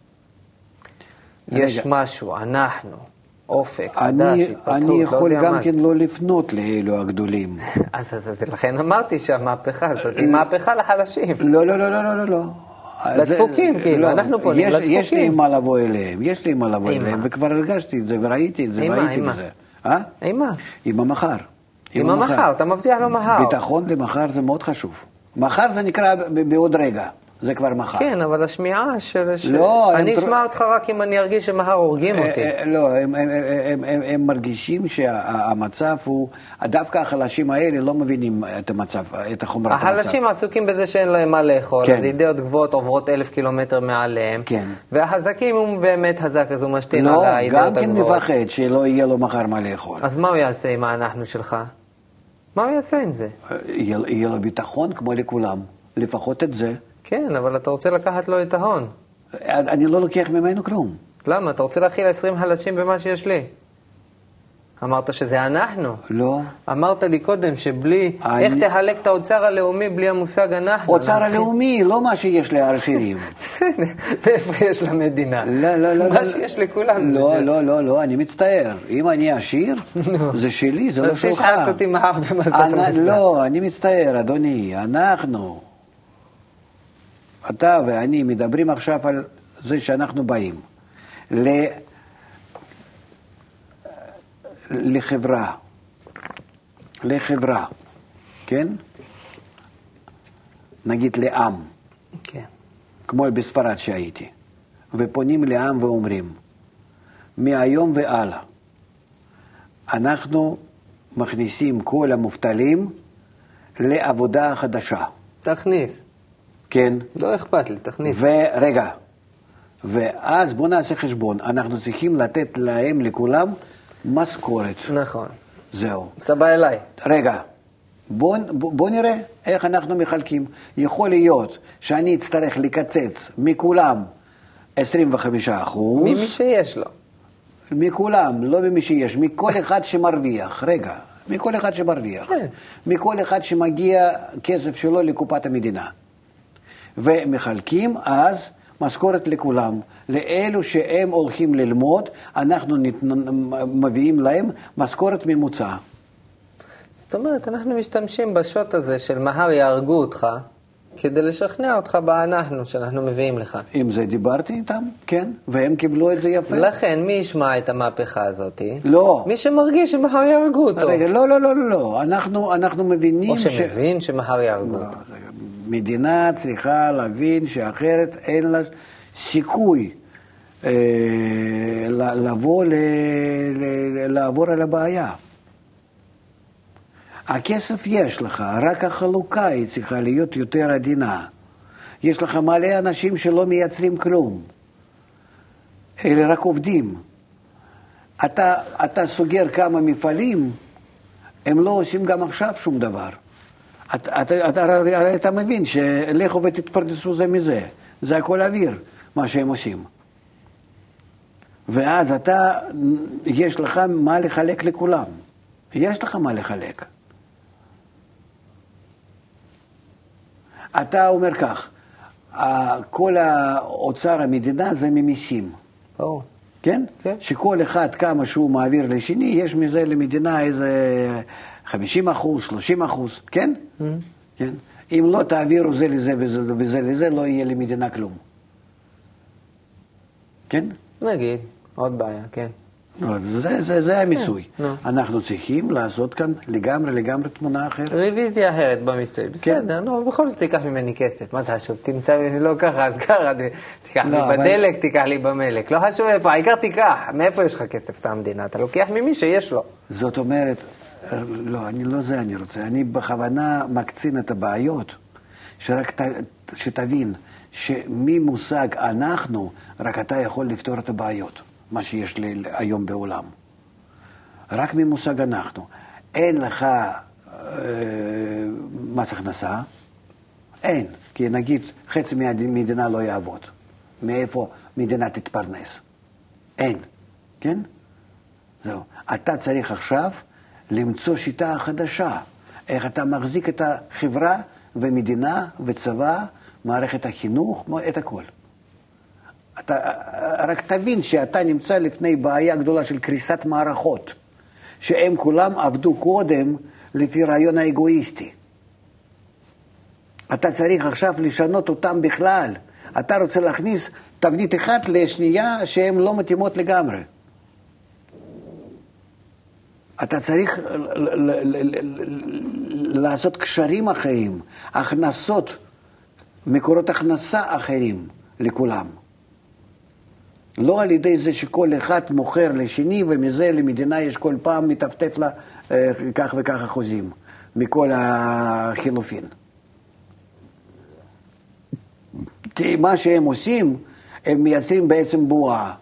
יש משהו, אנחנו, אופק, חדש, התפתחות, אני יכול לא גם כן לא לפנות לאלו הגדולים. אז, אז, אז לכן אמרתי שהמהפכה הזאת היא מהפכה לחלשים. לא, לא, לא, לא, לא, לא. לדפוקים, כאילו, אנחנו פונים לדפוקים. יש לי מה לבוא אליהם, יש לי מה לבוא אליהם, וכבר הרגשתי את זה וראיתי את זה, והייתי בזה. עם מה? עם המחר. עם המחר, אתה מבטיח לו מחר. ביטחון למחר זה מאוד חשוב. מחר זה נקרא בעוד רגע. זה כבר מחר. כן, אבל השמיעה של... לא, אני אשמע אותך רק אם אני ארגיש שמחר הורגים אותי. לא, הם מרגישים שהמצב הוא... דווקא החלשים האלה לא מבינים את המצב, את החומרת המצב. החלשים עסוקים בזה שאין להם מה לאכול, אז אידאות גבוהות עוברות אלף קילומטר מעליהם. כן. והחזקים הוא באמת חזק, אז הוא משתין על האידאות הגבוהות. לא, גם כן מפחד שלא יהיה לו מחר מה לאכול. אז מה הוא יעשה עם האנחנו שלך? מה הוא יעשה עם זה? יהיה לו ביטחון כמו לכולם, לפחות את זה. כן, אבל אתה רוצה לקחת לו את ההון. אני לא לוקח ממנו כלום. למה? אתה רוצה להכיל עשרים חלשים במה שיש לי. אמרת שזה אנחנו. לא. אמרת לי קודם שבלי... אני... איך תחלק את האוצר הלאומי בלי המושג אנחנו? אוצר הלאומי, לא מה שיש לאחרים. ואיפה יש למדינה? לא, לא, לא. מה שיש לכולם. לא, לא, לא, לא, אני מצטער. אם אני עשיר, זה שלי, זה לא שלך. אז תשחק אותי מחר במסך מסע. לא, אני מצטער, אדוני. אנחנו... אתה ואני מדברים עכשיו על זה שאנחנו באים ל... לחברה, לחברה, כן? נגיד לעם, כן. כמו בספרד שהייתי, ופונים לעם ואומרים, מהיום והלאה, אנחנו מכניסים כל המובטלים לעבודה חדשה. תכניס. כן. לא אכפת לי, תכניס. ורגע, ואז בוא נעשה חשבון, אנחנו צריכים לתת להם, לכולם, משכורת. נכון. זהו. אתה בא אליי. רגע, בוא, בוא נראה איך אנחנו מחלקים. יכול להיות שאני אצטרך לקצץ מכולם עשרים וחמישה אחוז. ממי שיש לו. מכולם, לא ממי שיש, מכל אחד שמרוויח. רגע, מכל אחד שמרוויח. כן. מכל אחד שמגיע כסף שלו לקופת המדינה. ומחלקים אז משכורת לכולם. לאלו שהם הולכים ללמוד, אנחנו מביאים להם משכורת ממוצע. זאת אומרת, אנחנו משתמשים בשוט הזה של מהר יהרגו אותך, כדי לשכנע אותך באנחנו שאנחנו מביאים לך. עם זה דיברתי איתם, כן, והם קיבלו את זה יפה. לכן, מי ישמע את המהפכה הזאת? לא. מי שמרגיש שמחר יהרגו אותו. רגע, לא, לא, לא, לא, אנחנו, אנחנו מבינים או שמבין ש... שמחר יהרגו לא, אותו. מדינה צריכה להבין שאחרת אין לה סיכוי אה, לבוא, ל, ל, לעבור על הבעיה. הכסף יש לך, רק החלוקה היא צריכה להיות יותר עדינה. יש לך מלא אנשים שלא מייצרים כלום. אלה רק עובדים. אתה, אתה סוגר כמה מפעלים, הם לא עושים גם עכשיו שום דבר. אתה, אתה, אתה, הרי אתה מבין שלכו ותתפרנסו זה מזה. זה הכל אוויר, מה שהם עושים. ואז אתה, יש לך מה לחלק לכולם. יש לך מה לחלק. אתה אומר כך, כל האוצר המדינה זה ממיסים. או. כן? כן. שכל אחד כמה שהוא מעביר לשני, יש מזה למדינה איזה חמישים אחוז, שלושים אחוז, כן? Mm-hmm. כן? אם לא תעבירו זה לזה וזה, וזה לזה, לא יהיה למדינה כלום. כן? נגיד, עוד בעיה, כן. לא, זה, זה, זה המיסוי. אנחנו צריכים לעשות כאן לגמרי, לגמרי תמונה אחרת. רוויזיה אחרת במיסוי. בסדר, נו, בכל זאת תיקח ממני כסף. מה זה חשוב? תמצא ממני לא ככה, אז ככה, תיקח לי בדלק, תיקח לי במלק. לא חשוב איפה, העיקר תיקח. מאיפה יש לך כסף את המדינה? אתה לוקח ממי שיש לו. זאת אומרת, לא, אני לא זה אני רוצה. אני בכוונה מקצין את הבעיות, שרק שתבין שממושג אנחנו, רק אתה יכול לפתור את הבעיות. מה שיש לי היום בעולם. רק ממושג אנחנו. אין לך אה, מס הכנסה? אין, כי נגיד חצי מהמדינה לא יעבוד. מאיפה מדינה תתפרנס? אין, כן? זהו. אתה צריך עכשיו למצוא שיטה חדשה. איך אתה מחזיק את החברה ומדינה וצבא, מערכת החינוך, את הכל. אתה רק תבין שאתה נמצא לפני בעיה גדולה של קריסת מערכות, שהם כולם עבדו קודם לפי רעיון האגואיסטי. אתה צריך עכשיו לשנות אותם בכלל. אתה רוצה להכניס תבנית אחת לשנייה שהן לא מתאימות לגמרי. אתה צריך לעשות קשרים אחרים, הכנסות, מקורות הכנסה אחרים לכולם. לא על ידי זה שכל אחד מוכר לשני, ומזה למדינה יש כל פעם מטפטף לה כך וכך אחוזים מכל החילופין. כי מה שהם עושים, הם מייצרים בעצם בועה.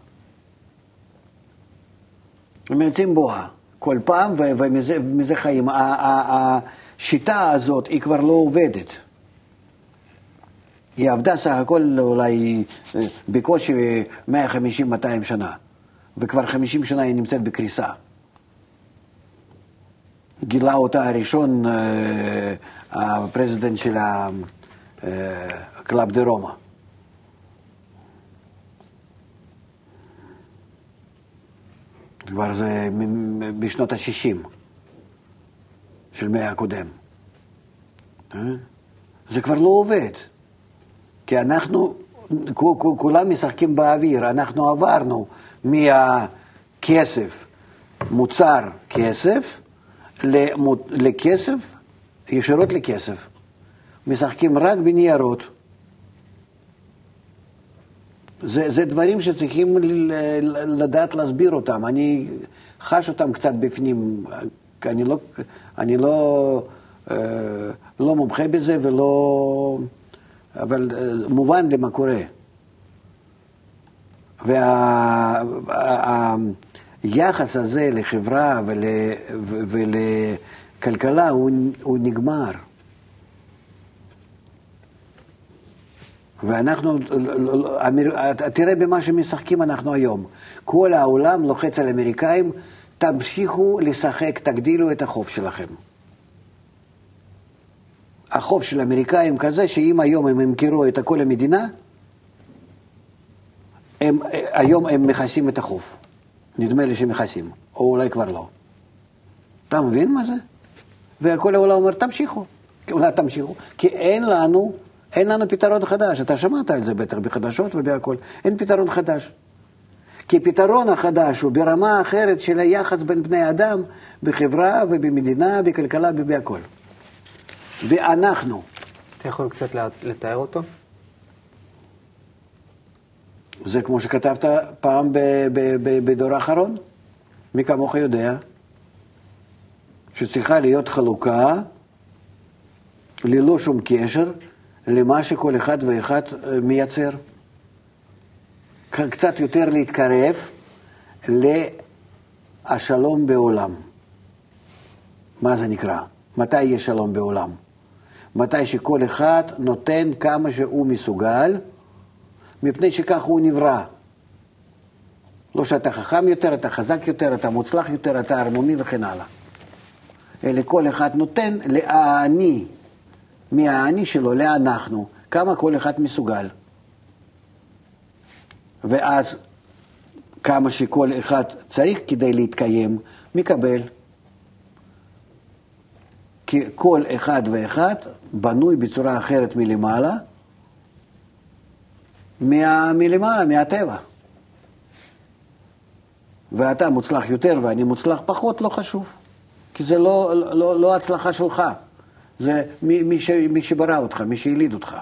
הם מייצרים בועה כל פעם, ומזה, ומזה חיים. השיטה הזאת היא כבר לא עובדת. היא עבדה סך הכל אולי בקושי מאה וחמישים מאתיים שנה, וכבר חמישים שנה היא נמצאת בקריסה. גילה אותה הראשון הפרזידנט של הקלאב דה רומא. כבר זה בשנות ה-שישים של מאה הקודם. זה כבר לא עובד. כי אנחנו, כולם משחקים באוויר, אנחנו עברנו מהכסף, מוצר כסף, לכסף, ישירות לכסף. משחקים רק בניירות. זה, זה דברים שצריכים לדעת להסביר אותם. אני חש אותם קצת בפנים. אני לא, אני לא, לא מומחה בזה ולא... אבל מובן למה קורה. והיחס הזה לחברה ול, ולכלכלה הוא, הוא נגמר. ואנחנו, תראה במה שמשחקים אנחנו היום. כל העולם לוחץ על אמריקאים, תמשיכו לשחק, תגדילו את החוב שלכם. החוב של האמריקאים כזה, שאם היום הם ימכרו את כל המדינה, הם, היום הם מכסים את החוב. נדמה לי שמכסים, או אולי כבר לא. אתה מבין מה זה? וכל העולם אומר, תמשיכו. אולי תמשיכו. כי אין לנו, אין לנו פתרון חדש. אתה שמעת על זה בטח בחדשות ובהכל. אין פתרון חדש. כי פתרון החדש הוא ברמה אחרת של היחס בין בני אדם, בחברה ובמדינה, בכלכלה ובהכל. ואנחנו. אתה יכול קצת לתאר אותו? זה כמו שכתבת פעם בדור האחרון. מי כמוך יודע שצריכה להיות חלוקה ללא שום קשר למה שכל אחד ואחד מייצר. קצת יותר להתקרב לשלום בעולם. מה זה נקרא? מתי יש שלום בעולם? מתי שכל אחד נותן כמה שהוא מסוגל, מפני שכך הוא נברא. לא שאתה חכם יותר, אתה חזק יותר, אתה מוצלח יותר, אתה הרמוני וכן הלאה. אלא כל אחד נותן לאני, מהאני שלו, לאנחנו, כמה כל אחד מסוגל. ואז כמה שכל אחד צריך כדי להתקיים, מקבל. כי כל אחד ואחד בנוי בצורה אחרת מלמעלה, מה, מלמעלה, מהטבע. ואתה מוצלח יותר ואני מוצלח פחות, לא חשוב. כי זה לא, לא, לא הצלחה שלך. זה מי, מי, ש, מי שברא אותך, מי שהליד אותך.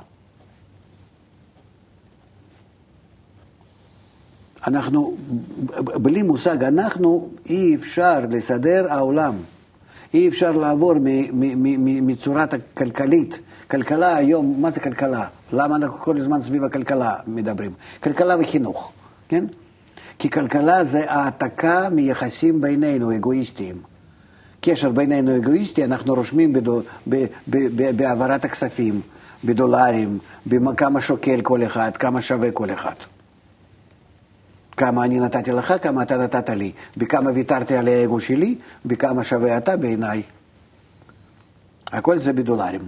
אנחנו, בלי מושג, אנחנו אי אפשר לסדר העולם. אי אפשר לעבור מצורת הכלכלית. כלכלה היום, מה זה כלכלה? למה אנחנו כל הזמן סביב הכלכלה מדברים? כלכלה וחינוך, כן? כי כלכלה זה העתקה מיחסים בינינו, אגואיסטיים. קשר בינינו אגואיסטי, אנחנו רושמים בדו, ב, ב, ב, בהעברת הכספים, בדולרים, בכמה שוקל כל אחד, כמה שווה כל אחד. כמה אני נתתי לך, כמה אתה נתת לי, בכמה ויתרתי על האגו שלי, בכמה שווה אתה בעיניי. הכל זה בדולרים.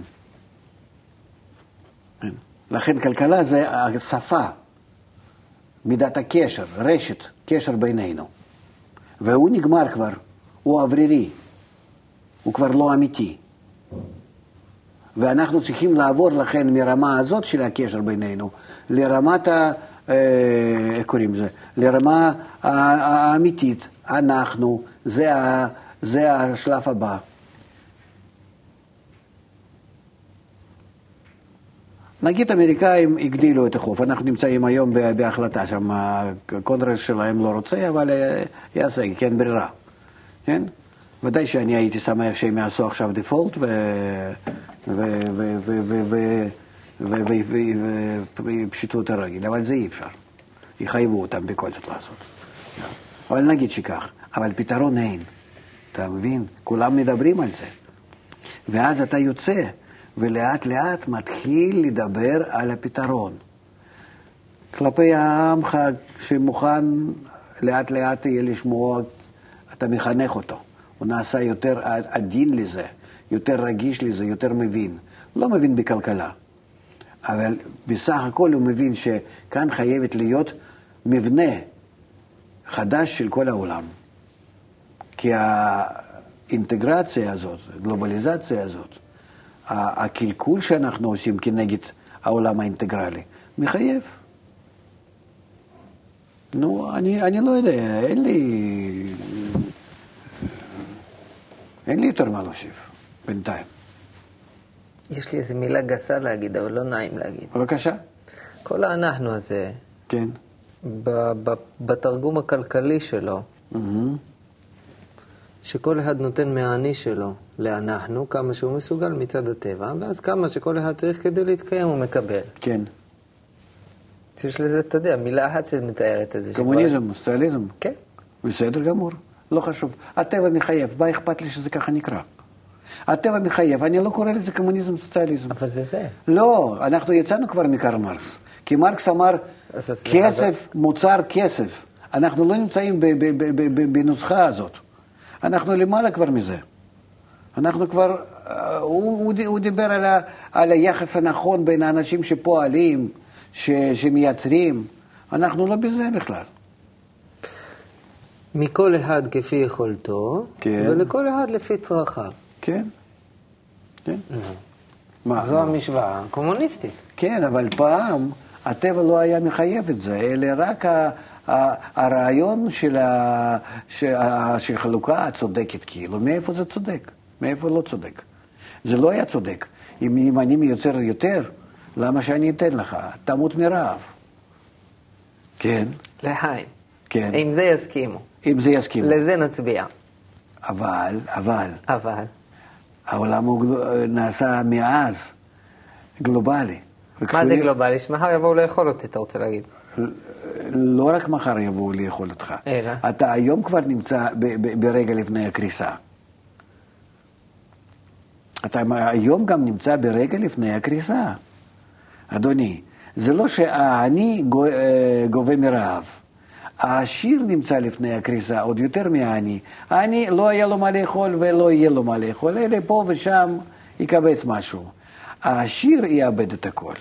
לכן כלכלה זה השפה, מידת הקשר, רשת, קשר בינינו. והוא נגמר כבר, הוא עברירי, הוא כבר לא אמיתי. ואנחנו צריכים לעבור לכן מרמה הזאת של הקשר בינינו, לרמת ה... איך קוראים זה? לרמה האמיתית, אנחנו, זה, ה, זה השלב הבא. נגיד אמריקאים הגדילו את החוב, אנחנו נמצאים היום בהחלטה שם, הקונגרס שלהם לא רוצה, אבל יעשה, כן ברירה. כן? ודאי שאני הייתי שמח שהם יעשו עכשיו דפולט ופשיטו את הרגל, אבל זה אי אפשר. יחייבו אותם בכל זאת לעשות. אבל נגיד שכך, אבל פתרון אין. אתה מבין? כולם מדברים על זה. ואז אתה יוצא, ולאט לאט מתחיל לדבר על הפתרון. כלפי העמך שמוכן לאט לאט יהיה לשמוע, אתה מחנך אותו. הוא נעשה יותר עדין לזה, יותר רגיש לזה, יותר מבין. לא מבין בכלכלה. אבל בסך הכל הוא מבין שכאן חייבת להיות מבנה חדש של כל העולם. כי האינטגרציה הזאת, הגלובליזציה הזאת, הקלקול שאנחנו עושים כנגד העולם האינטגרלי, מחייב. נו, אני, אני לא יודע, אין לי, אין לי יותר מה להוסיף, בינתיים. יש לי איזו מילה גסה להגיד, אבל לא נעים להגיד. בבקשה. כל האנחנו הזה, כן. ב- ב- בתרגום הכלכלי שלו, Mm-hmm. שכל אחד נותן מהאני שלו לאנחנו, כמה שהוא מסוגל מצד הטבע, ואז כמה שכל אחד צריך כדי להתקיים הוא מקבל. כן. יש לזה, אתה יודע, מילה אחת שמתארת את זה. קומוניזם, סוציאליזם. כן. בסדר גמור, לא חשוב. הטבע מחייב, מה אכפת לי שזה ככה נקרא? הטבע מחייב, אני לא קורא לזה קומוניזם, סוציאליזם. אבל זה זה. לא, אנחנו יצאנו כבר מקרל מרקס. כי מרקס אמר, כסף, מוצר כסף. אנחנו לא נמצאים בנוסחה הזאת. אנחנו למעלה כבר מזה. אנחנו כבר, הוא, הוא דיבר על, ה, על היחס הנכון בין האנשים שפועלים, ש, שמייצרים. אנחנו לא בזה בכלל. מכל אחד כפי יכולתו, כן. ולכל אחד לפי צרכיו. כן. כן. מה, זו מה? המשוואה הקומוניסטית. כן, אבל פעם הטבע לא היה מחייב את זה, אלא רק ה, ה, הרעיון של, ה, של, ה, של חלוקה הצודקת, כאילו, מאיפה זה צודק? מאיפה לא צודק? זה לא היה צודק. אם, אם אני מיוצר יותר, למה שאני אתן לך? תמות מרעב. כן. לחיים. כן. אם זה יסכימו. אם זה יסכימו. לזה נצביע. אבל, אבל. אבל. העולם הוא נעשה מאז גלובלי. מה זה גלובלי? שמחר יבואו לאכול אותי, אתה רוצה להגיד? לא רק מחר יבואו לאכול אותך. אלא? אתה היום כבר נמצא ברגע לפני הקריסה. אתה היום גם נמצא ברגע לפני הקריסה. אדוני, זה לא שהעני גובה מרעב. העשיר נמצא לפני הקריסה, עוד יותר מהעני. העני לא היה לו מה לאכול ולא יהיה לו מה לאכול, אלא פה ושם יקבץ משהו. העשיר יאבד את הכל.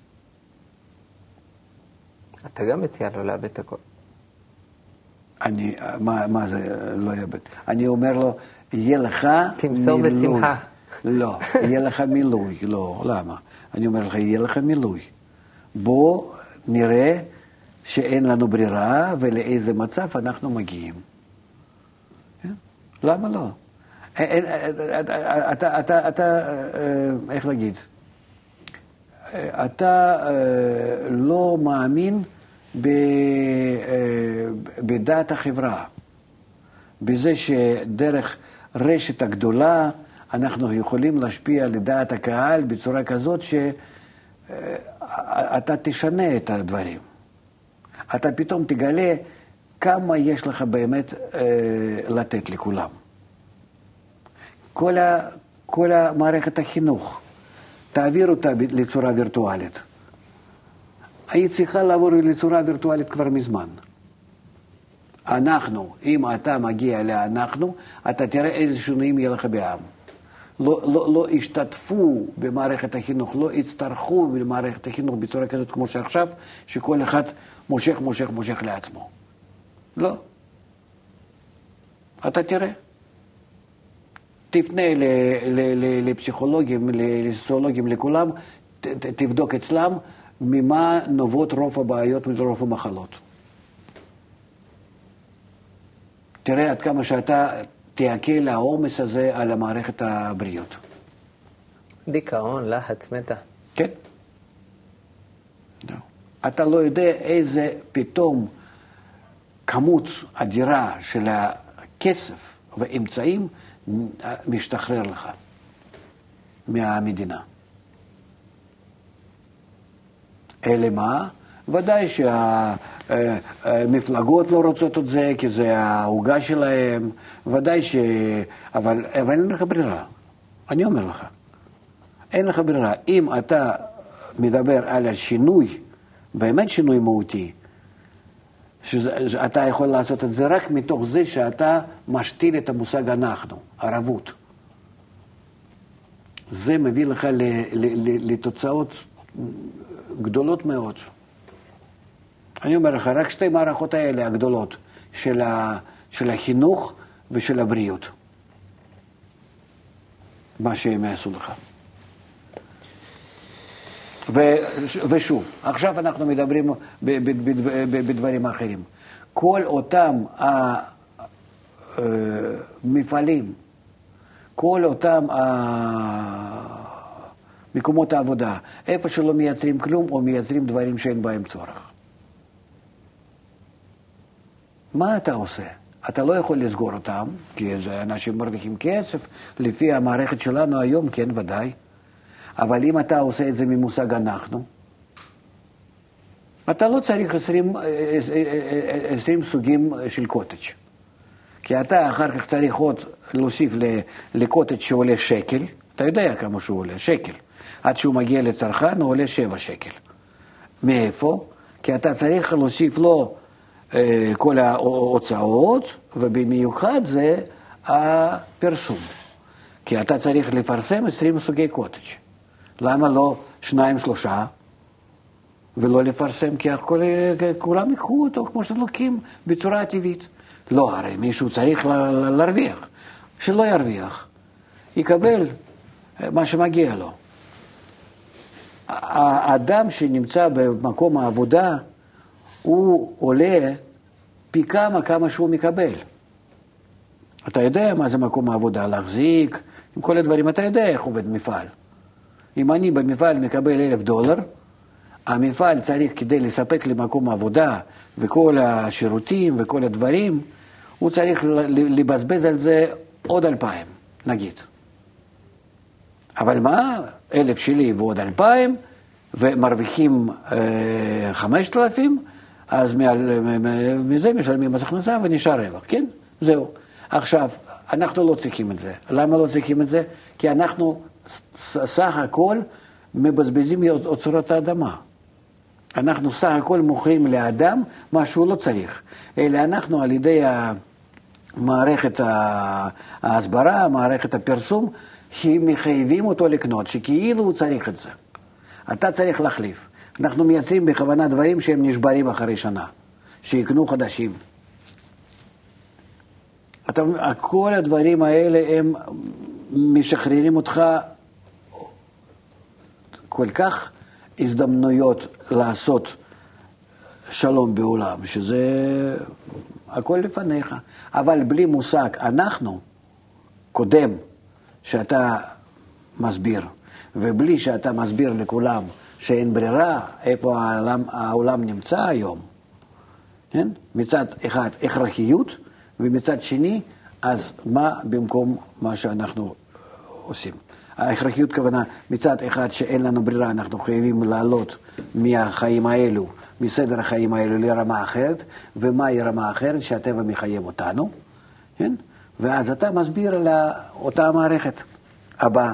אתה גם מציע לו לאבד את הכל. אני, מה, מה זה לא יאבד? אני אומר לו, יהיה לך תמסור מילוי. בשמחה. לא, יהיה לך מילוי. לא, למה? אני אומר לך, יהיה לך מילוי. בוא נראה שאין לנו ברירה ולאיזה מצב אנחנו מגיעים. למה לא? אתה, אתה, אתה, איך להגיד? אתה לא מאמין בדעת החברה, בזה שדרך רשת הגדולה אנחנו יכולים להשפיע לדעת הקהל בצורה כזאת שאתה תשנה את הדברים. אתה פתאום תגלה כמה יש לך באמת אה, לתת לכולם. כל, ה, כל המערכת החינוך, תעביר אותה לצורה וירטואלית. היא צריכה לעבור לצורה וירטואלית כבר מזמן. אנחנו, אם אתה מגיע לאנחנו, אתה תראה איזה שינויים יהיה לך בעם. לא, לא, לא השתתפו במערכת החינוך, לא הצטרכו במערכת החינוך בצורה כזאת כמו שעכשיו, שכל אחד מושך, מושך, מושך לעצמו. לא. אתה תראה. תפנה ל, ל, ל, לפסיכולוגים, לסוציולוגים, לכולם, ת, ת, תבדוק אצלם ממה נובעות רוב הבעיות ורוב המחלות. תראה עד כמה שאתה תעכל העומס הזה על המערכת הבריאות. דיכאון, לחץ, מתח. כן. לא. אתה לא יודע איזה פתאום כמות אדירה של הכסף ואמצעים משתחרר לך מהמדינה. אלה מה? ודאי שהמפלגות לא רוצות את זה, כי זה ההוגה שלהם, ודאי ש... אבל, אבל אין לך ברירה. אני אומר לך, אין לך ברירה. אם אתה מדבר על השינוי, באמת שינוי מהותי, שאתה יכול לעשות את זה רק מתוך זה שאתה משתיל את המושג אנחנו, ערבות. זה מביא לך ל, ל, ל, לתוצאות גדולות מאוד. אני אומר לך, רק שתי מערכות האלה הגדולות של, ה, של החינוך ושל הבריאות. מה שהם יעשו לך. ו, ושוב, עכשיו אנחנו מדברים בדברים אחרים. כל אותם המפעלים, כל אותם מקומות העבודה, איפה שלא מייצרים כלום או מייצרים דברים שאין בהם צורך. מה אתה עושה? אתה לא יכול לסגור אותם, כי אנשים מרוויחים כסף, לפי המערכת שלנו היום, כן ודאי. אבל אם אתה עושה את זה ממושג אנחנו, אתה לא צריך עשרים, עשרים סוגים של קוטג'. כי אתה אחר כך צריך עוד להוסיף לקוטג' שעולה שקל, אתה יודע כמה שהוא עולה, שקל. עד שהוא מגיע לצרכן הוא עולה שבע שקל. מאיפה? כי אתה צריך להוסיף לו כל ההוצאות, ובמיוחד זה הפרסום. כי אתה צריך לפרסם עשרים סוגי קוטג'. למה לא שניים, שלושה, ולא לפרסם? כי כולם יקחו אותו כמו שלוקים בצורה טבעית. לא, הרי מישהו צריך להרוויח. שלא ירוויח, יקבל מה שמגיע לו. האדם שנמצא במקום העבודה, הוא עולה פי כמה כמה שהוא מקבל. אתה יודע מה זה מקום העבודה, להחזיק, עם כל הדברים, אתה יודע איך עובד מפעל. אם אני במפעל מקבל אלף דולר, המפעל צריך כדי לספק לי מקום עבודה וכל השירותים וכל הדברים, הוא צריך לבזבז על זה עוד אלפיים, נגיד. אבל מה? אלף שלי ועוד אלפיים, ומרוויחים אה, חמשת אלפים, אז מזה משלמים מס הכנסה ונשאר רווח, כן? זהו. עכשיו, אנחנו לא צריכים את זה. למה לא צריכים את זה? כי אנחנו סך הכל מבזבזים אוצרות האדמה. אנחנו סך הכל מוכרים לאדם מה שהוא לא צריך. אלא אנחנו על ידי מערכת ההסברה, מערכת הפרסום, מחייבים אותו לקנות, שכאילו הוא צריך את זה. אתה צריך להחליף. אנחנו מייצרים בכוונה דברים שהם נשברים אחרי שנה, שיקנו חדשים. אתה, כל הדברים האלה הם משחררים אותך כל כך הזדמנויות לעשות שלום בעולם, שזה הכל לפניך. אבל בלי מושג, אנחנו קודם שאתה מסביר, ובלי שאתה מסביר לכולם שאין ברירה, איפה העולם, העולם נמצא היום. כן? מצד אחד הכרחיות, ומצד שני, אז מה במקום מה שאנחנו עושים? ההכרחיות כוונה, מצד אחד שאין לנו ברירה, אנחנו חייבים לעלות מהחיים האלו, מסדר החיים האלו לרמה אחרת, ומהי רמה אחרת שהטבע מחייב אותנו, כן? ואז אתה מסביר על אותה המערכת הבאה,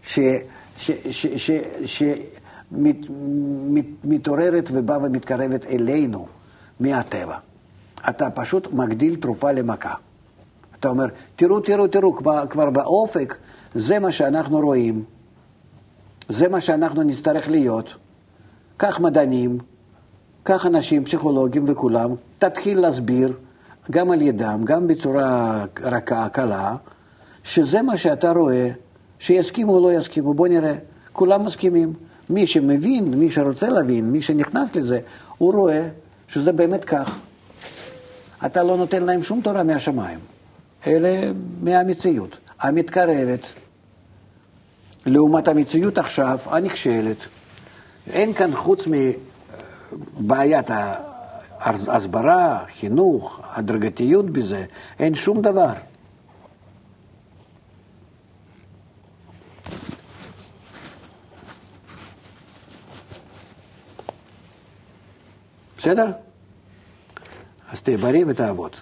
שמתעוררת ובאה ומתקרבת אלינו מהטבע. אתה פשוט מגדיל תרופה למכה. אתה אומר, תראו, תראו, תראו, כבר, כבר באופק, זה מה שאנחנו רואים, זה מה שאנחנו נצטרך להיות. כך מדענים, כך אנשים, פסיכולוגים וכולם, תתחיל להסביר, גם על ידם, גם בצורה רכה, קלה, שזה מה שאתה רואה, שיסכימו או לא יסכימו, בוא נראה, כולם מסכימים. מי שמבין, מי שרוצה להבין, מי שנכנס לזה, הוא רואה שזה באמת כך. אתה לא נותן להם שום תורה מהשמיים, אלא מהמציאות, המתקרבת, לעומת המציאות עכשיו, הנכשלת. אין כאן חוץ מבעיית ההסברה, חינוך, הדרגתיות בזה, אין שום דבר. בסדר? אז תהיה בריא ותעבוד.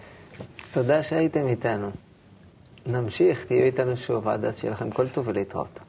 תודה שהייתם איתנו. נמשיך, תהיו איתנו שוב, עד אז שיהיה לכם כל טוב ולהתראות.